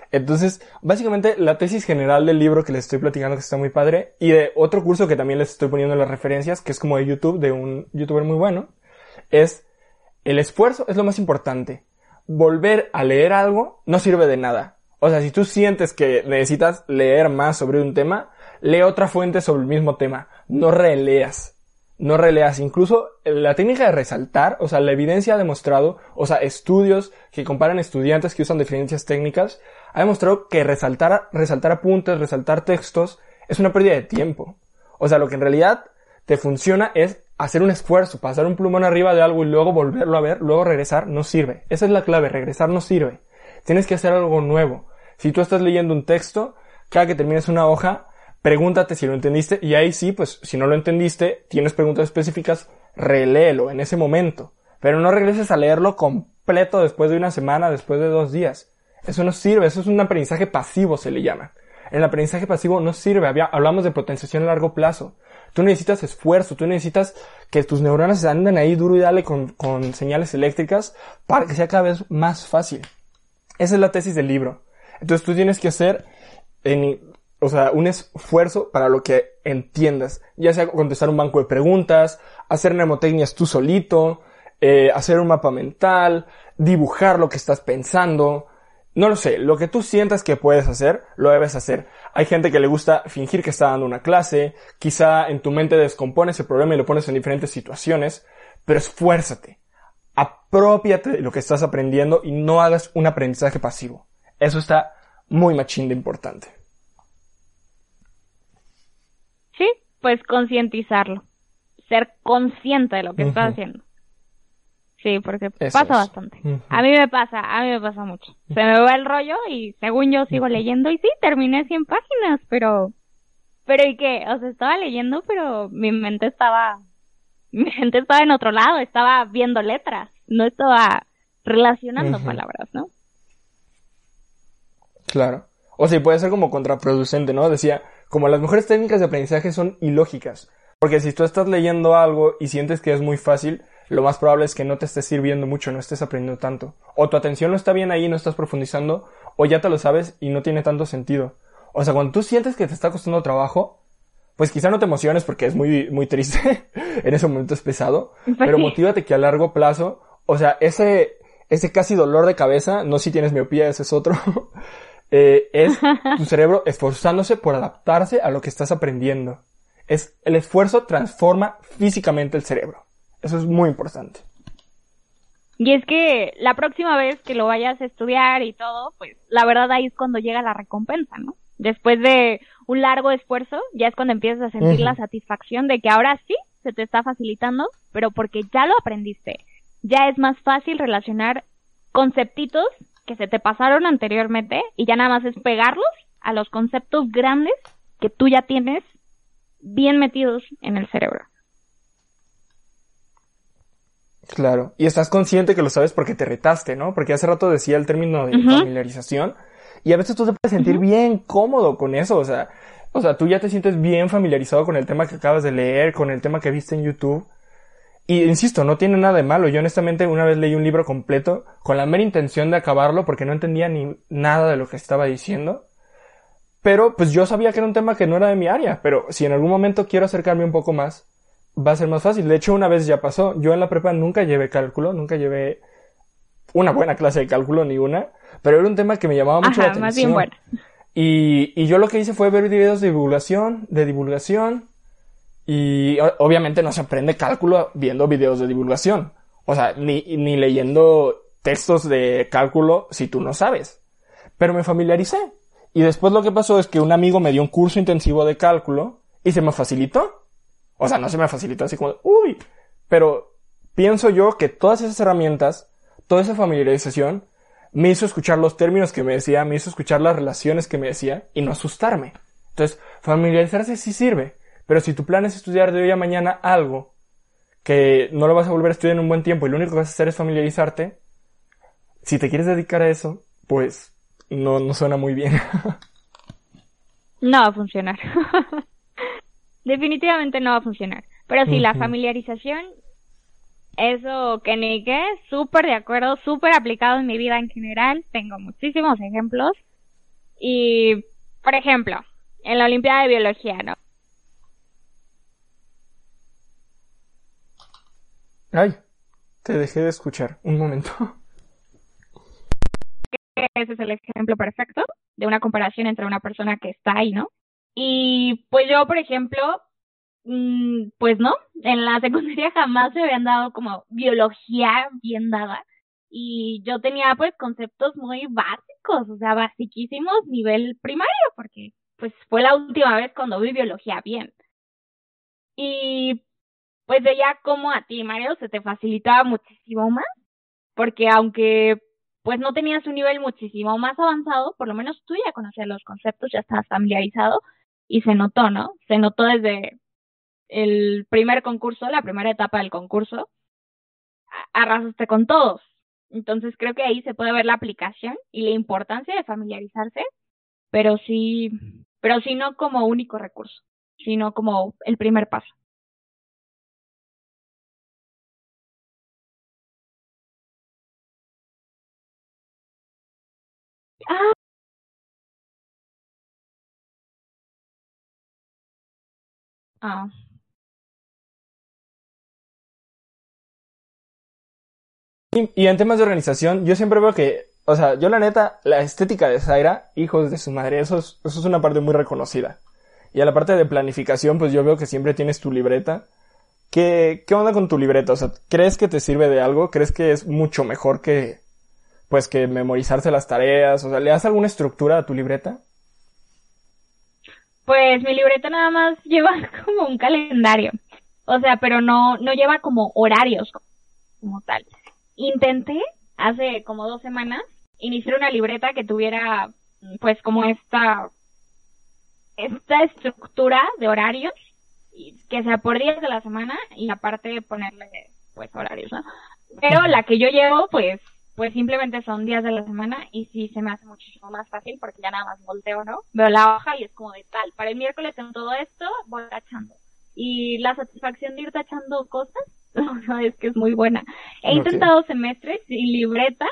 Entonces, básicamente, la tesis general del libro que les estoy platicando, que está muy padre, y de otro curso que también les estoy poniendo en las referencias, que es como de YouTube, de un youtuber muy bueno, es: el esfuerzo es lo más importante. Volver a leer algo no sirve de nada. O sea, si tú sientes que necesitas leer más sobre un tema, lee otra fuente sobre el mismo tema. No releas. No releas. Incluso la técnica de resaltar, o sea, la evidencia ha demostrado, o sea, estudios que comparan estudiantes que usan diferentes técnicas, ha demostrado que resaltar apuntes, resaltar textos, es una pérdida de tiempo. O sea, lo que en realidad te funciona es hacer un esfuerzo, pasar un plumón arriba de algo y luego volverlo a ver, luego regresar, no sirve. Esa es la clave, regresar no sirve. Tienes que hacer algo nuevo. Si tú estás leyendo un texto, cada que termines una hoja, pregúntate si lo entendiste, y ahí sí, pues, si no lo entendiste, tienes preguntas específicas, reléelo en ese momento. Pero no regreses a leerlo completo después de una semana, después de 2 días. Eso no sirve, eso es un aprendizaje pasivo, se le llama. En el aprendizaje pasivo no sirve, hablamos de potenciación a largo plazo. Tú necesitas esfuerzo, tú necesitas que tus neuronas anden ahí duro y dale con señales eléctricas para que sea cada vez más fácil. Esa es la tesis del libro. Entonces tú tienes que hacer un esfuerzo para lo que entiendas, ya sea contestar un banco de preguntas, hacer mnemotecnias tú solito, hacer un mapa mental, dibujar lo que estás pensando, no lo sé, lo que tú sientas que puedes hacer, lo debes hacer. Hay gente que le gusta fingir que está dando una clase, quizá en tu mente descompones el problema y lo pones en diferentes situaciones, pero esfuérzate, aprópiate de lo que estás aprendiendo y no hagas un aprendizaje pasivo. Eso está muy machín de importante. Sí, pues concientizarlo. Ser consciente de lo que estás haciendo. Sí, porque Eso pasa es. bastante. A mí me pasa mucho. Se me va el rollo y según yo sigo leyendo y sí, terminé 100 páginas, pero ¿y qué? O sea, estaba leyendo, pero mi mente estaba en otro lado, estaba viendo letras, no estaba relacionando palabras, ¿no? Claro. O sea, puede ser como contraproducente, ¿no? Decía, como las mejores técnicas de aprendizaje son ilógicas. Porque si tú estás leyendo algo y sientes que es muy fácil, lo más probable es que no te estés sirviendo mucho, no estés aprendiendo tanto. O tu atención no está bien ahí, no estás profundizando, o ya te lo sabes y no tiene tanto sentido. O sea, cuando tú sientes que te está costando trabajo, pues quizá no te emociones porque es muy, muy triste. En ese momento es pesado. Pero motívate que a largo plazo, o sea, ese casi dolor de cabeza, no si tienes miopía, ese es otro, es tu cerebro esforzándose por adaptarse a lo que estás aprendiendo. El esfuerzo transforma físicamente el cerebro. Eso es muy importante. Y es que la próxima vez que lo vayas a estudiar y todo, pues la verdad ahí es cuando llega la recompensa, ¿no? Después de un largo esfuerzo, ya es cuando empiezas a sentir la satisfacción de que ahora sí se te está facilitando, pero porque ya lo aprendiste. Ya es más fácil relacionar conceptitos que se te pasaron anteriormente y ya nada más es pegarlos a los conceptos grandes que tú ya tienes bien metidos en el cerebro. Claro. Y estás consciente que lo sabes porque te retaste, ¿no? Porque hace rato decía el término de familiarización. Y a veces tú te puedes sentir bien cómodo con eso. O sea, tú ya te sientes bien familiarizado con el tema que acabas de leer, con el tema que viste en YouTube. Y insisto, no tiene nada de malo. Yo honestamente una vez leí un libro completo con la mera intención de acabarlo porque no entendía ni nada de lo que estaba diciendo. Pero pues yo sabía que era un tema que no era de mi área. Pero si en algún momento quiero acercarme un poco más, va a ser más fácil. De hecho, una vez ya pasó. Yo en la prepa nunca llevé cálculo, nunca llevé una buena clase de cálculo, ni una. Pero era un tema que me llamaba mucho la atención. Más bien bueno. Y yo lo que hice fue ver videos de divulgación. Y obviamente no se aprende cálculo viendo videos de divulgación. O sea, ni leyendo textos de cálculo si tú no sabes. Pero me familiaricé. Y después lo que pasó es que un amigo me dio un curso intensivo de cálculo y se me facilitó. O sea, no se me facilitó así como, uy. Pero pienso yo que todas esas herramientas, toda esa familiarización, me hizo escuchar los términos que me decía, me hizo escuchar las relaciones que me decía y no asustarme. Entonces, familiarizarse sí sirve. Pero si tu plan es estudiar de hoy a mañana algo que no lo vas a volver a estudiar en un buen tiempo y lo único que vas a hacer es familiarizarte, si te quieres dedicar a eso, pues no suena muy bien. No va a funcionar. Definitivamente no va a funcionar. Pero sí, la familiarización, eso que ni qué, súper de acuerdo, súper aplicado en mi vida en general. Tengo muchísimos ejemplos. Y, por ejemplo, en la Olimpiada de Biología, ¿no? Ay, te dejé de escuchar. Un momento. Ese es el ejemplo perfecto de una comparación entre una persona que está ahí, ¿no? Y pues yo, por ejemplo, pues no, en la secundaria jamás me habían dado como biología bien dada. Y yo tenía pues conceptos muy básicos, o sea, basiquísimos nivel primario, porque pues fue la última vez cuando vi biología bien. Y pues veía cómo a ti, Mario, se te facilitaba muchísimo más, porque aunque pues no tenías un nivel muchísimo más avanzado, por lo menos tú ya conocías los conceptos, ya estabas familiarizado y se notó, ¿no? Se notó desde el primer concurso, la primera etapa del concurso, arrasaste con todos. Entonces creo que ahí se puede ver la aplicación y la importancia de familiarizarse, pero sí no como único recurso, sino como el primer paso. Ah, ah, Y en temas de organización, yo siempre veo que, o sea, yo la neta, la estética de Zaira, hijos de su madre, eso es una parte muy reconocida. Y a la parte de planificación, pues yo veo que siempre tienes tu libreta. ¿Qué onda con tu libreta? O sea, ¿crees que te sirve de algo? ¿Crees que es mucho mejor que, pues, que memorizarse las tareas? O sea, ¿le das alguna estructura a tu libreta? pues mi libreta nada más lleva como un calendario, o sea, pero no lleva como horarios como tal. Intenté hace como 2 semanas iniciar una libreta que tuviera pues como esta estructura de horarios que sea por días de la semana y aparte ponerle pues horarios, ¿no? Pero la que yo llevo pues simplemente son días de la semana y sí se me hace muchísimo más fácil porque ya nada más volteo, ¿no? Veo la hoja y es como de tal, para el miércoles tengo todo esto, voy tachando. Y la satisfacción de ir tachando cosas, no, es que es muy buena. He intentado semestres sin libreta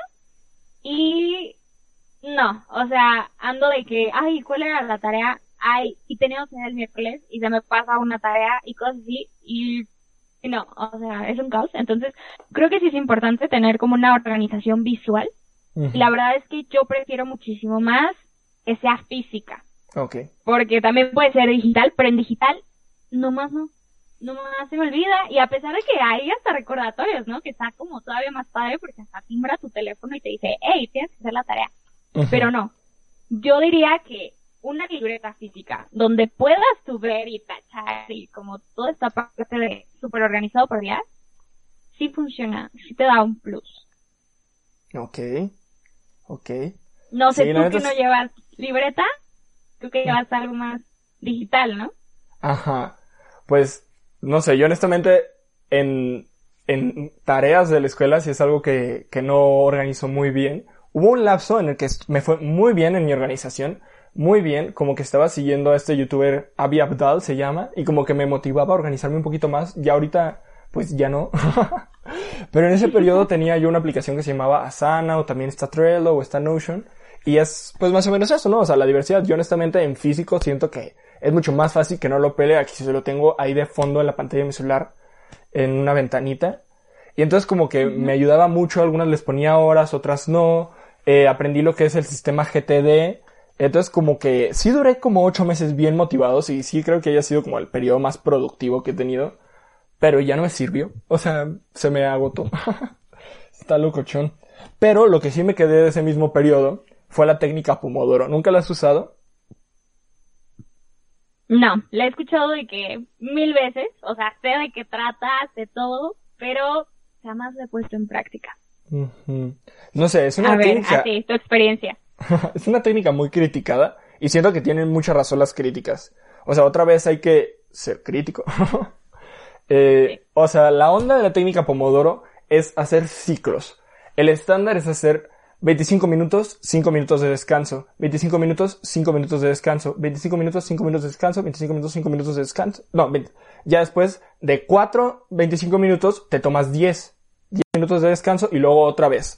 y no, o sea, ando de que, ay, ¿cuál era la tarea? Ay, y teníamos que ir el miércoles y se me pasa una tarea y cosas así y no, o sea, es un caos. Entonces, creo que sí es importante tener como una organización visual. Y la verdad es que yo prefiero muchísimo más que sea física. Okay. Porque también puede ser digital, pero en digital nomás se me olvida. Y a pesar de que hay hasta recordatorios, ¿no? Que está como todavía más padre porque hasta timbra tu teléfono y te dice, hey, tienes que hacer la tarea. Pero no, yo diría que una libreta física donde puedas tú ver y tachar y como toda esta parte de súper organizado por día, sí funciona, sí te da un plus. Okay. No sé, sí, tú que no llevas libreta, tú que llevas algo más digital, ¿no? Ajá. Pues, no sé, yo honestamente en tareas de la escuela sí es algo que no organizo muy bien. Hubo un lapso en el que me fue muy bien en mi organización, muy bien, como que estaba siguiendo a este youtuber, Avi Abdal se llama, y como que me motivaba a organizarme un poquito más, y ahorita, pues ya no. Pero en ese periodo tenía yo una aplicación que se llamaba Asana, o también está Trello, o está Notion, y es, pues más o menos eso, ¿no? O sea, la diversidad, yo honestamente en físico siento que es mucho más fácil que no lo pele aquí si se lo tengo ahí de fondo en la pantalla de mi celular, en una ventanita. Y entonces como que me ayudaba mucho, algunas les ponía horas, otras no. Aprendí lo que es el sistema GTD. Entonces como que sí duré como 8 meses bien motivados y sí creo que haya sido como el periodo más productivo que he tenido. Pero ya no me sirvió. O sea, se me agotó. Está locochón. Pero lo que sí me quedé de ese mismo periodo fue la técnica Pomodoro. ¿Nunca la has usado? No, la he escuchado de que 1000 veces, o sea, sé de qué trata, sé todo, pero jamás la he puesto en práctica. No sé, es una técnica... A ver, así, tu experiencia. Es una técnica muy criticada y siento que tienen mucha razón las críticas. O sea, otra vez hay que ser crítico. Sí. O sea, la onda de la técnica Pomodoro es hacer ciclos. El estándar es hacer 25 minutos, 5 minutos de descanso. 25 minutos, 5 minutos de descanso. 25 minutos, 5 minutos de descanso. 25 minutos, 5 minutos de descanso. No, 20. Ya después de 25 minutos te tomas 10 minutos de descanso y luego otra vez.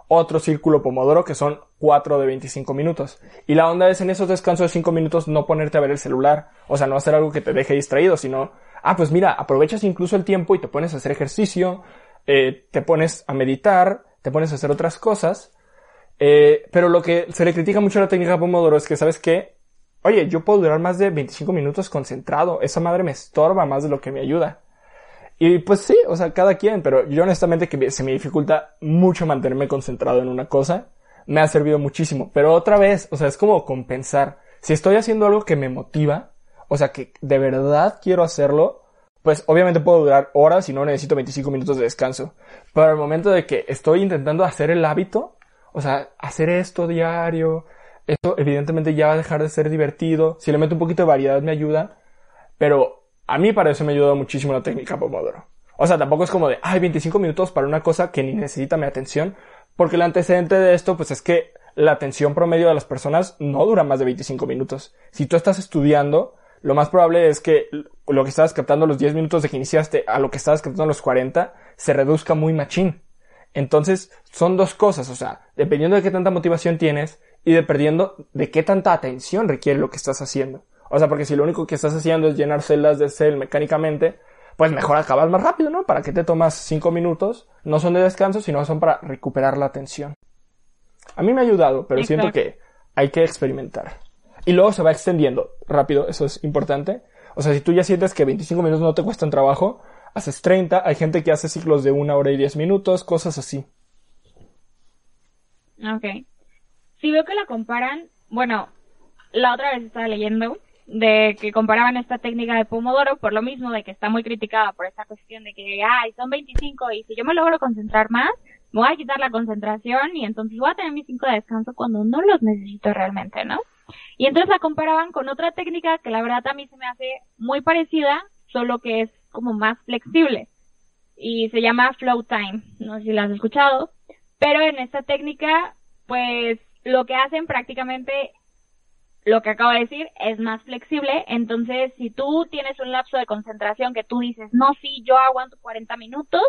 otro círculo Pomodoro que son 4 de 25 minutos. Y la onda es en esos descansos de 5 minutos no ponerte a ver el celular. O sea, no hacer algo que te deje distraído, sino, pues mira, aprovechas incluso el tiempo y te pones a hacer ejercicio, te pones a meditar, te pones a hacer otras cosas. Pero lo que se le critica mucho a la técnica Pomodoro es que, ¿sabes qué? Oye, yo puedo durar más de 25 minutos concentrado. Esa madre me estorba más de lo que me ayuda. Y pues sí, o sea, cada quien, pero yo honestamente que se me dificulta mucho mantenerme concentrado en una cosa, me ha servido muchísimo. Pero otra vez, o sea, es como compensar. Si estoy haciendo algo que me motiva, o sea, que de verdad quiero hacerlo, pues obviamente puedo durar horas y no necesito 25 minutos de descanso. Pero al momento de que estoy intentando hacer el hábito, o sea, hacer esto diario, esto evidentemente ya va a dejar de ser divertido. Si le meto un poquito de variedad me ayuda, pero a mí para eso me ayuda muchísimo la técnica Pomodoro. O sea, tampoco es como de, 25 minutos para una cosa que ni necesita mi atención, porque el antecedente de esto, pues es que la atención promedio de las personas no dura más de 25 minutos. Si tú estás estudiando, lo más probable es que lo que estabas captando los 10 minutos de que iniciaste a lo que estabas captando los 40, se reduzca muy machín. Entonces, son dos cosas, o sea, dependiendo de qué tanta motivación tienes y dependiendo de qué tanta atención requiere lo que estás haciendo. O sea, porque si lo único que estás haciendo es llenar celdas de Excel mecánicamente, pues mejor acabas más rápido, ¿no? ¿Para qué te tomas 5 minutos? No son de descanso, sino son para recuperar la atención. A mí me ha ayudado, pero siento que hay que experimentar. Y luego se va extendiendo rápido, eso es importante. O sea, si tú ya sientes que 25 minutos no te cuestan trabajo, haces 30, hay gente que hace ciclos de 1 hora y 10 minutos, cosas así. Ok. Si veo que la comparan, bueno, la otra vez estaba leyendo de que comparaban esta técnica de Pomodoro por lo mismo de que está muy criticada por esta cuestión de que, son 25 y si yo me logro concentrar más, me voy a quitar la concentración y entonces voy a tener mis 5 de descanso cuando no los necesito realmente, ¿no? Y entonces la comparaban con otra técnica que la verdad a mí se me hace muy parecida, solo que es como más flexible y se llama Flow Time, no sé si la has escuchado, pero en esta técnica, pues lo que hacen prácticamente lo que acabo de decir es más flexible. Entonces, si tú tienes un lapso de concentración que tú dices, no, sí, yo aguanto 40 minutos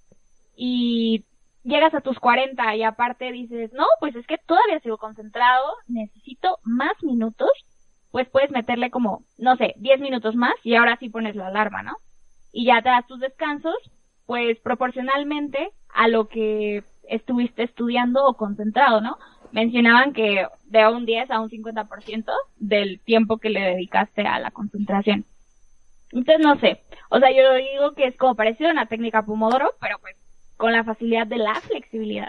y llegas a tus 40 y aparte dices, no, pues es que todavía sigo concentrado, necesito más minutos, pues puedes meterle como, no sé, 10 minutos más y ahora sí pones la alarma, ¿no? Y ya te das tus descansos, pues proporcionalmente a lo que estuviste estudiando o concentrado, ¿no? Mencionaban que de un 10 a un 50% del tiempo que le dedicaste a la concentración. Entonces, no sé. O sea, yo digo que es como parecido a una técnica Pomodoro, pero pues con la facilidad de la flexibilidad.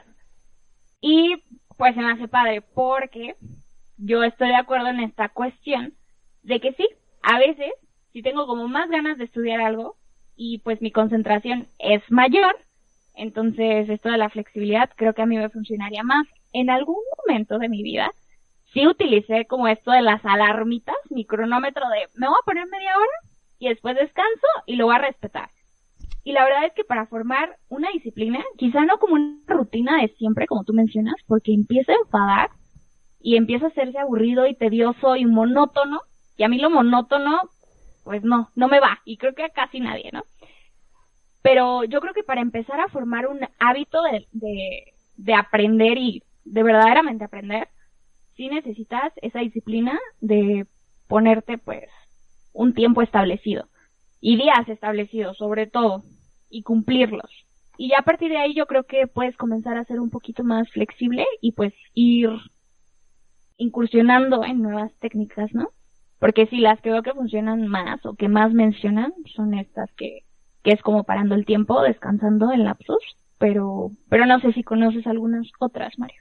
Y pues se me hace padre porque yo estoy de acuerdo en esta cuestión de que sí, a veces, si tengo como más ganas de estudiar algo y pues mi concentración es mayor, entonces esto de la flexibilidad creo que a mí me funcionaría más. En algún momento de mi vida sí utilicé como esto de las alarmitas, mi cronómetro de me voy a poner media hora y después descanso y lo voy a respetar. Y la verdad es que para formar una disciplina, quizá no como una rutina de siempre, como tú mencionas, porque empieza a enfadar y empieza a hacerse aburrido y tedioso y monótono. Y a mí lo monótono, pues no me va. Y creo que a casi nadie, ¿no? Pero yo creo que para empezar a formar un hábito de aprender y de verdaderamente aprender, sí necesitas esa disciplina de ponerte, pues, un tiempo establecido. Y días establecidos, sobre todo, y cumplirlos. Y ya a partir de ahí yo creo que puedes comenzar a ser un poquito más flexible y pues ir incursionando en nuevas técnicas, ¿no? Porque sí, las que veo que funcionan más o que más mencionan son estas que es como parando el tiempo, descansando en lapsos, pero no sé si conoces algunas otras, Mario.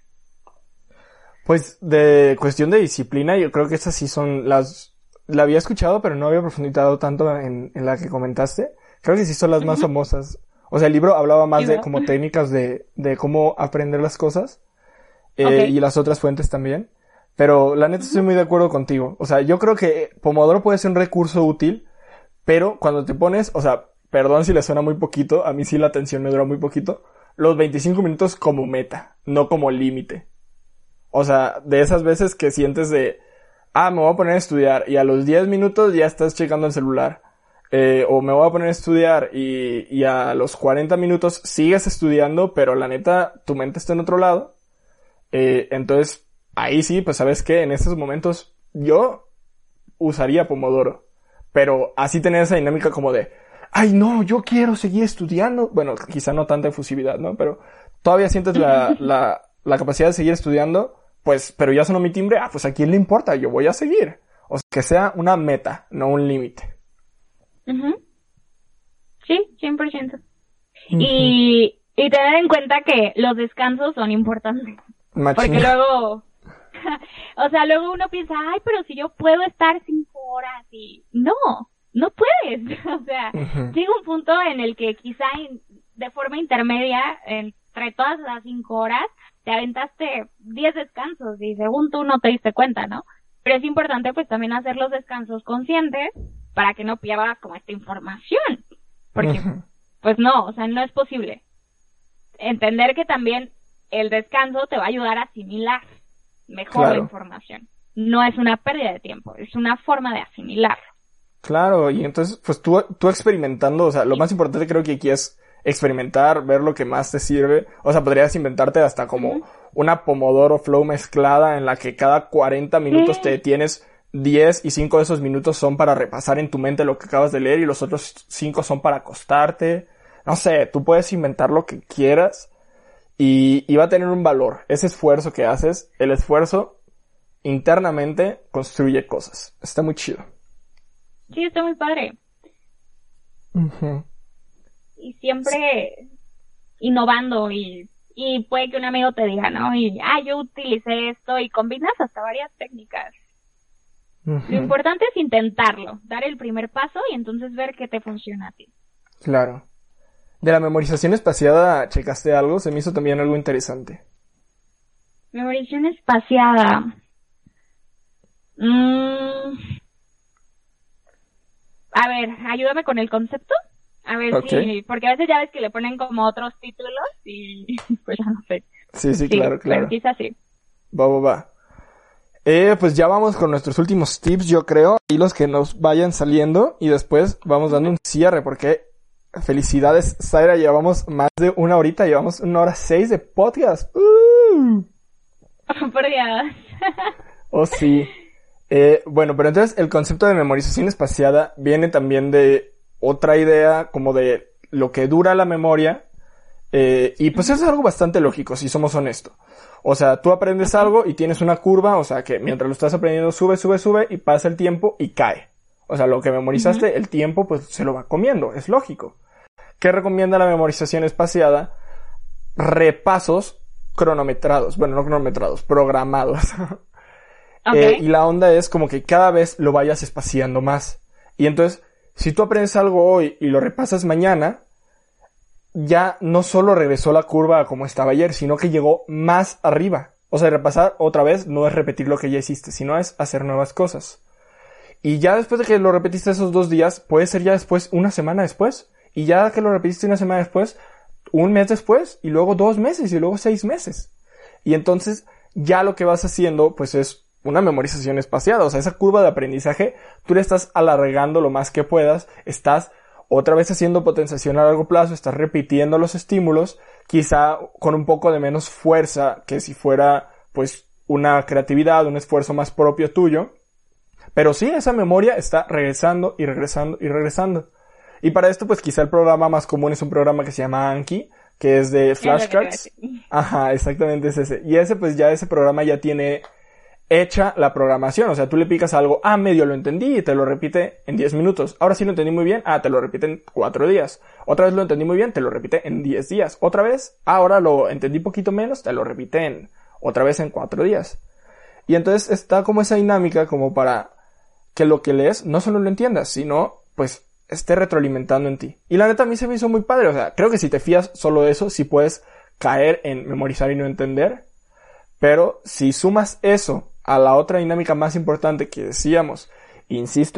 Pues de cuestión de disciplina, yo creo que estas sí son la había escuchado, pero no había profundizado tanto en la que comentaste. Creo que sí son las más famosas. O sea, el libro hablaba más de como técnicas de cómo aprender las cosas. Y las otras fuentes también. Pero la neta estoy muy de acuerdo contigo. O sea, yo creo que Pomodoro puede ser un recurso útil, pero cuando te pones, o sea, perdón si le suena muy poquito, a mí sí la atención me dura muy poquito, los 25 minutos como meta, no como límite. O sea, de esas veces que sientes de, me voy a poner a estudiar y a los 10 minutos ya estás checando el celular. O me voy a poner a estudiar y a los 40 minutos sigues estudiando, pero la neta, tu mente está en otro lado. Entonces, ahí sí, pues sabes que en estos momentos yo usaría Pomodoro. Pero así tener esa dinámica como de, ay no, yo quiero seguir estudiando. Bueno, quizá no tanta efusividad, ¿no? Pero todavía sientes la capacidad de seguir estudiando, pues, pero ya sonó mi timbre, pues a quién le importa, yo voy a seguir. O sea, que sea una meta, no un límite. Uh-huh. Sí, 100%. Uh-huh. Y tener en cuenta que los descansos son importantes. Machina. Porque luego, o sea, luego uno piensa, ay, pero si yo puedo estar 5 horas y... No puedes. O sea, llega un punto en el que quizá de forma intermedia, entre todas las 5 horas, te aventaste 10 descansos y según tú no te diste cuenta, ¿no? Pero es importante pues también hacer los descansos conscientes para que no pierdas como esta información. Porque, pues no, o sea, no es posible. Entender que también el descanso te va a ayudar a asimilar mejor la información. No es una pérdida de tiempo, es una forma de asimilarlo. Claro, y entonces, pues tú experimentando, o sea, lo más importante creo que aquí es experimentar, ver lo que más te sirve. O sea, podrías inventarte hasta como una Pomodoro Flow mezclada en la que cada 40 minutos te detienes 10 y 5 de esos minutos son para repasar en tu mente lo que acabas de leer y los otros 5 son para acostarte. No sé, tú puedes inventar lo que quieras y va a tener un valor. Ese esfuerzo que haces, el esfuerzo internamente construye cosas. Está muy chido. Sí, está muy padre. Uh-huh. Y siempre innovando y puede que un amigo te diga, ¿no? Y, yo utilicé esto y combinas hasta varias técnicas. Uh-huh. Lo importante es intentarlo, dar el primer paso y entonces ver qué te funciona a ti. Claro. De la memorización espaciada, ¿checaste algo? Se me hizo también algo interesante. Memorización espaciada. A ver, ayúdame con el concepto. A ver si, porque a veces ya ves que le ponen como otros títulos y pues ya no sé. Sí, claro. Pero quizás sí. Va. Pues ya vamos con nuestros últimos tips, yo creo, y los que nos vayan saliendo y después vamos dando un cierre porque felicidades, Zaira, llevamos más de 1 horita, llevamos 1:06 de podcast. Por Dios. Oh, sí. Bueno, pero entonces el concepto de memorización espaciada viene también de otra idea como de lo que dura la memoria, y pues eso es algo bastante lógico, si somos honestos. O sea, tú aprendes algo y tienes una curva, o sea que mientras lo estás aprendiendo sube y pasa el tiempo y cae. O sea, lo que memorizaste, el tiempo pues se lo va comiendo, es lógico. ¿Qué recomienda la memorización espaciada? Repasos cronometrados, bueno, no cronometrados, programados. Okay. Y la onda es como que cada vez lo vayas espaciando más. Y entonces, si tú aprendes algo hoy y lo repasas mañana, ya no solo regresó la curva a como estaba ayer, sino que llegó más arriba. O sea, repasar otra vez no es repetir lo que ya hiciste, sino es hacer nuevas cosas. Y ya después de que lo repetiste esos 2 días, puede ser ya después, 1 semana después. Y ya que lo repetiste 1 semana después, 1 mes después, y luego 2 meses, y luego 6 meses. Y entonces, ya lo que vas haciendo, pues es una memorización espaciada. O sea, esa curva de aprendizaje, tú le estás alargando lo más que puedas, estás otra vez haciendo potenciación a largo plazo, estás repitiendo los estímulos, quizá con un poco de menos fuerza que si fuera, pues, una creatividad, un esfuerzo más propio tuyo. Pero sí, esa memoria está regresando y regresando y regresando. Y para esto, pues, quizá el programa más común es un programa que se llama Anki, que es de flashcards. Ajá, exactamente es ese. Y ese, pues, ya ese programa ya tiene hecha la programación, o sea, tú le picas algo, medio lo entendí y te lo repite en 10 minutos. Ahora sí lo entendí muy bien, te lo repite en 4 días. Otra vez lo entendí muy bien, te lo repite en 10 días. Otra vez, ahora lo entendí poquito menos, te lo repite otra vez en 4 días. Y entonces está como esa dinámica como para que lo que lees no solo lo entiendas, sino pues esté retroalimentando en ti. Y la neta a mí se me hizo muy padre, o sea, creo que si te fías solo de eso, sí puedes caer en memorizar y no entender. Pero si sumas eso a la otra dinámica más importante que decíamos, insisto,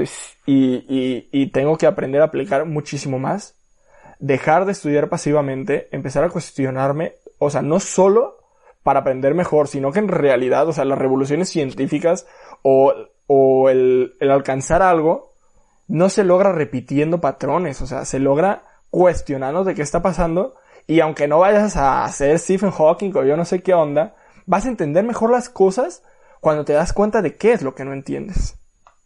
y tengo que aprender a aplicar muchísimo más, dejar de estudiar pasivamente, empezar a cuestionarme, o sea, no solo para aprender mejor, sino que en realidad, o sea, las revoluciones científicas o el alcanzar algo no se logra repitiendo patrones, o sea, se logra cuestionando de qué está pasando, y aunque no vayas a ser Stephen Hawking o yo no sé qué onda, vas a entender mejor las cosas cuando te das cuenta de qué es lo que no entiendes.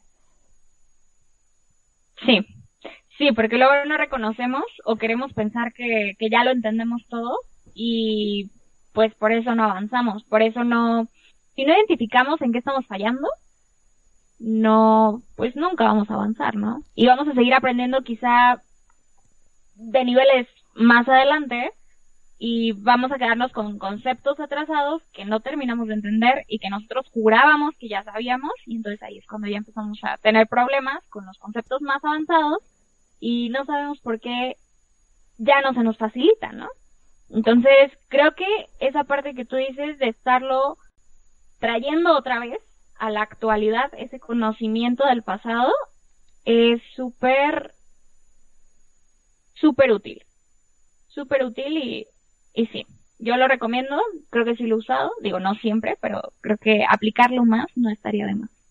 Sí, sí, porque luego no reconocemos o queremos pensar que ya lo entendemos todo y pues por eso no avanzamos, por eso no, si no identificamos en qué estamos fallando, no, pues nunca vamos a avanzar, ¿no? Y vamos a seguir aprendiendo quizá de niveles más adelante y vamos a quedarnos con conceptos atrasados que no terminamos de entender y que nosotros jurábamos que ya sabíamos y entonces ahí es cuando ya empezamos a tener problemas con los conceptos más avanzados y no sabemos por qué ya no se nos facilita, ¿no? Entonces creo que esa parte que tú dices de estarlo trayendo otra vez a la actualidad, ese conocimiento del pasado, es súper útil. Súper útil y sí, yo lo recomiendo, creo que sí lo he usado, digo no siempre, pero creo que aplicarlo más no estaría de más.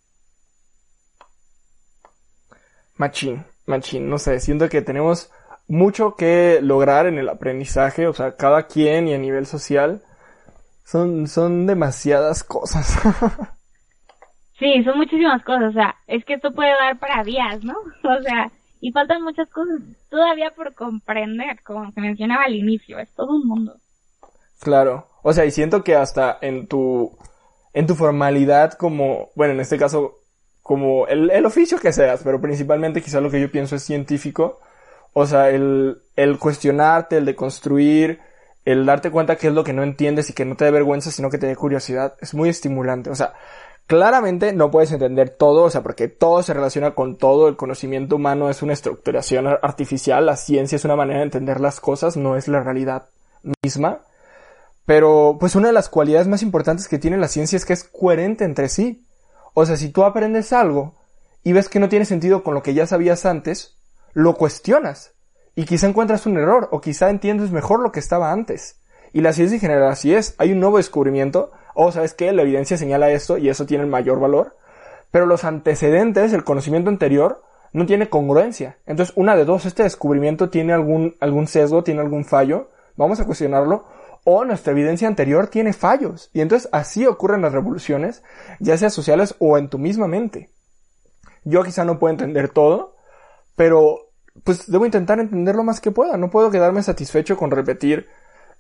Machín, no sé, siento que tenemos mucho que lograr en el aprendizaje, o sea, cada quien y a nivel social, son demasiadas cosas. Sí, son muchísimas cosas, o sea, es que esto puede dar para días, ¿no? O sea, y faltan muchas cosas todavía por comprender, como se mencionaba al inicio, es todo un mundo. Claro, o sea, y siento que hasta en tu formalidad como, bueno, en este caso, como el oficio que seas, pero principalmente quizá lo que yo pienso es científico, o sea, el cuestionarte, el de construir, el darte cuenta qué es lo que no entiendes y que no te dé vergüenza, sino que te dé curiosidad, es muy estimulante, o sea, claramente no puedes entender todo, o sea, porque todo se relaciona con todo, el conocimiento humano es una estructuración artificial, la ciencia es una manera de entender las cosas, no es la realidad misma, pero pues una de las cualidades más importantes que tiene la ciencia es que es coherente entre sí, o sea, si tú aprendes algo y ves que no tiene sentido con lo que ya sabías antes, lo cuestionas, y quizá encuentras un error, o quizá entiendes mejor lo que estaba antes, y la ciencia en general así es, hay un nuevo descubrimiento, ¿sabes qué? La evidencia señala esto y eso tiene el mayor valor. Pero los antecedentes, el conocimiento anterior, no tiene congruencia. Entonces, una de dos, este descubrimiento tiene algún sesgo, tiene algún fallo. Vamos a cuestionarlo. O nuestra evidencia anterior tiene fallos. Y entonces así ocurren las revoluciones, ya sea sociales o en tu misma mente. Yo quizá no puedo entender todo, pero pues debo intentar entender lo más que pueda. No puedo quedarme satisfecho con repetir.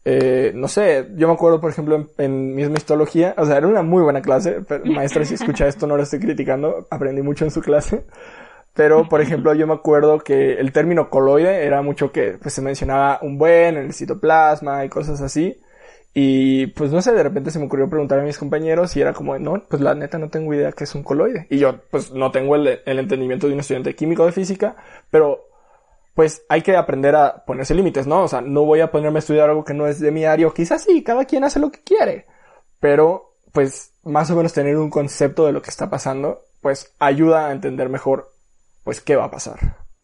No sé, yo me acuerdo, por ejemplo, en misma histología, o sea, era una muy buena clase, pero, maestra, si escucha esto no lo estoy criticando, aprendí mucho en su clase, pero, por ejemplo, yo me acuerdo que el término coloide era mucho que, pues, se mencionaba un buen en el citoplasma y cosas así, y, pues, no sé, de repente se me ocurrió preguntar a mis compañeros y era como, no, pues, la neta no tengo idea qué es un coloide, y yo, pues, no tengo el entendimiento de un estudiante químico de física, pero pues hay que aprender a ponerse límites, ¿no? O sea, no voy a ponerme a estudiar algo que no es de mi área, o quizás sí, cada quien hace lo que quiere, pero pues más o menos tener un concepto de lo que está pasando, pues ayuda a entender mejor, pues qué va a pasar.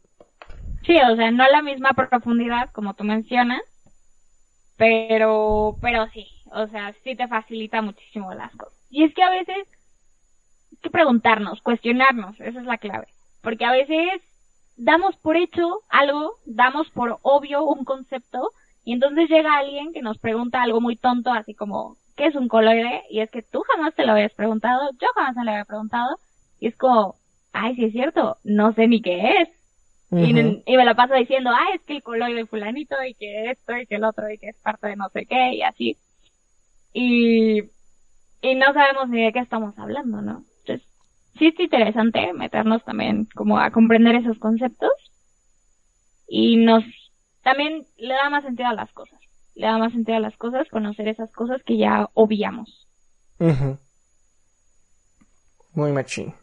Sí, o sea, no a la misma profundidad como tú mencionas, pero sí, o sea, sí te facilita muchísimo las cosas. Y es que a veces hay que preguntarnos, cuestionarnos, esa es la clave, porque a veces damos por hecho algo, damos por obvio un concepto, y entonces llega alguien que nos pregunta algo muy tonto, así como, ¿qué es un coloide? Y es que tú jamás te lo habías preguntado, yo jamás me lo había preguntado, y es como, ay, sí es cierto, no sé ni qué es. Uh-huh. Y me la paso diciendo, es que el coloide fulanito, y que esto, y que el otro, y que es parte de no sé qué, y así. Y no sabemos ni de qué estamos hablando, ¿no? Sí es interesante meternos también como a comprender esos conceptos y también le da más sentido a las cosas. Le da más sentido a las cosas conocer esas cosas que ya obviamos. Uh-huh. Muy machín.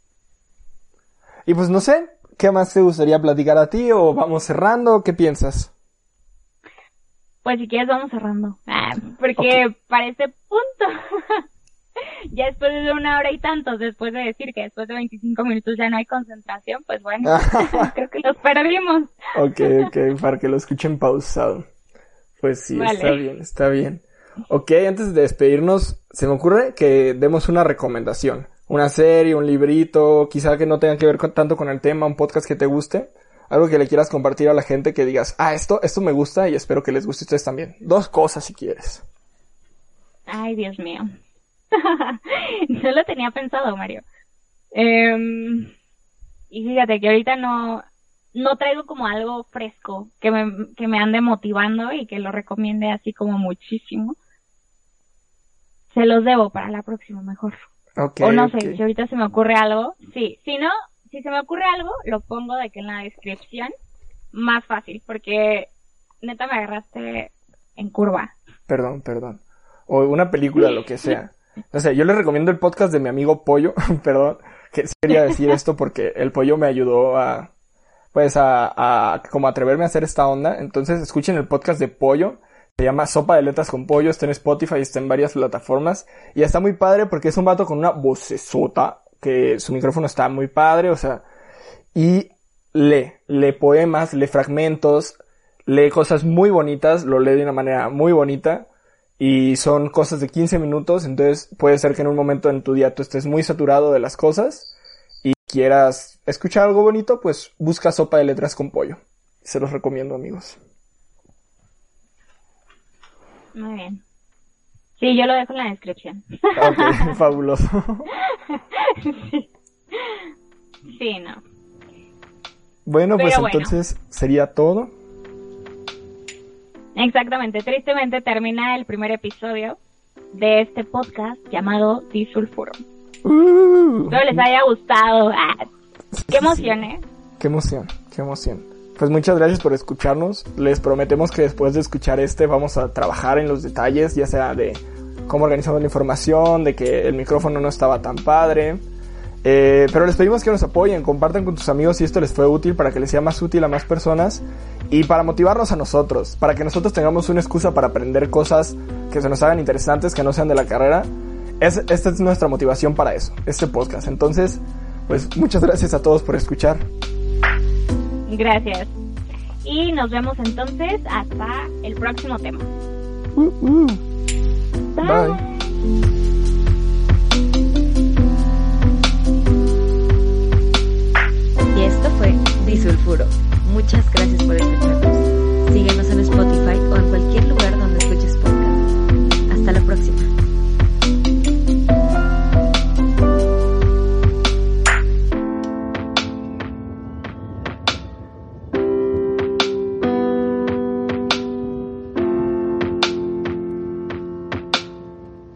Y pues no sé, ¿qué más te gustaría platicar a ti o vamos cerrando? ¿Qué piensas? Pues si quieres vamos cerrando. Porque okay. Para este punto... Ya después de 1 hora y tantos, después de decir que después de 25 minutos ya no hay concentración, pues bueno, creo que los perdimos. Ok, para que lo escuchen pausado. Pues sí, vale. Está bien. Ok, antes de despedirnos, se me ocurre que demos una recomendación. Una serie, un librito, quizá que no tenga que ver tanto con el tema, un podcast que te guste. Algo que le quieras compartir a la gente que digas, esto me gusta y espero que les guste a ustedes también. 2 cosas si quieres. Ay, Dios mío. No lo tenía pensado, Mario. Y fíjate que ahorita no traigo como algo fresco que me ande motivando y que lo recomiende así como muchísimo. Se los debo para la próxima mejor. Okay, o no sé, si ahorita se me ocurre algo. Sí, si no, si se me ocurre algo, lo pongo de que en la descripción, más fácil, porque neta me agarraste en curva. Perdón. O una película, lo que sea. No sé, yo les recomiendo el podcast de mi amigo Pollo, perdón, que quería decir esto porque el Pollo me ayudó a como atreverme a hacer esta onda. Entonces escuchen el podcast de Pollo, se llama Sopa de Letras con Pollo, está en Spotify, está en varias plataformas, y está muy padre porque es un vato con una vocesota, que su micrófono está muy padre, o sea, y lee poemas, lee fragmentos, lee cosas muy bonitas, lo lee de una manera muy bonita, y son cosas de 15 minutos, entonces puede ser que en un momento en tu día tú estés muy saturado de las cosas y quieras escuchar algo bonito, pues busca Sopa de Letras con Pollo. Se los recomiendo, amigos. Muy bien. Sí, yo lo dejo en la descripción. Ok, fabuloso. Sí, no. Bueno, pues entonces sería todo. Exactamente, tristemente termina el primer episodio de este podcast llamado Disulfuro. Espero les haya gustado. ¡Qué emoción, eh! ¡Qué emoción! Pues muchas gracias por escucharnos. Les prometemos que después de escuchar vamos a trabajar en los detalles, ya sea de cómo organizamos la información, de que el micrófono no estaba tan padre. Pero les pedimos que nos apoyen, compartan con tus amigos si esto les fue útil, para que les sea más útil a más personas y para motivarnos a nosotros, para que nosotros tengamos una excusa para aprender cosas que se nos hagan interesantes, que no sean de la carrera. Esta es nuestra motivación para eso, este podcast. Entonces, pues muchas gracias a todos por escuchar. Gracias. Y nos vemos entonces hasta el próximo tema. Bye. Y esto fue Disulfuro. Muchas gracias.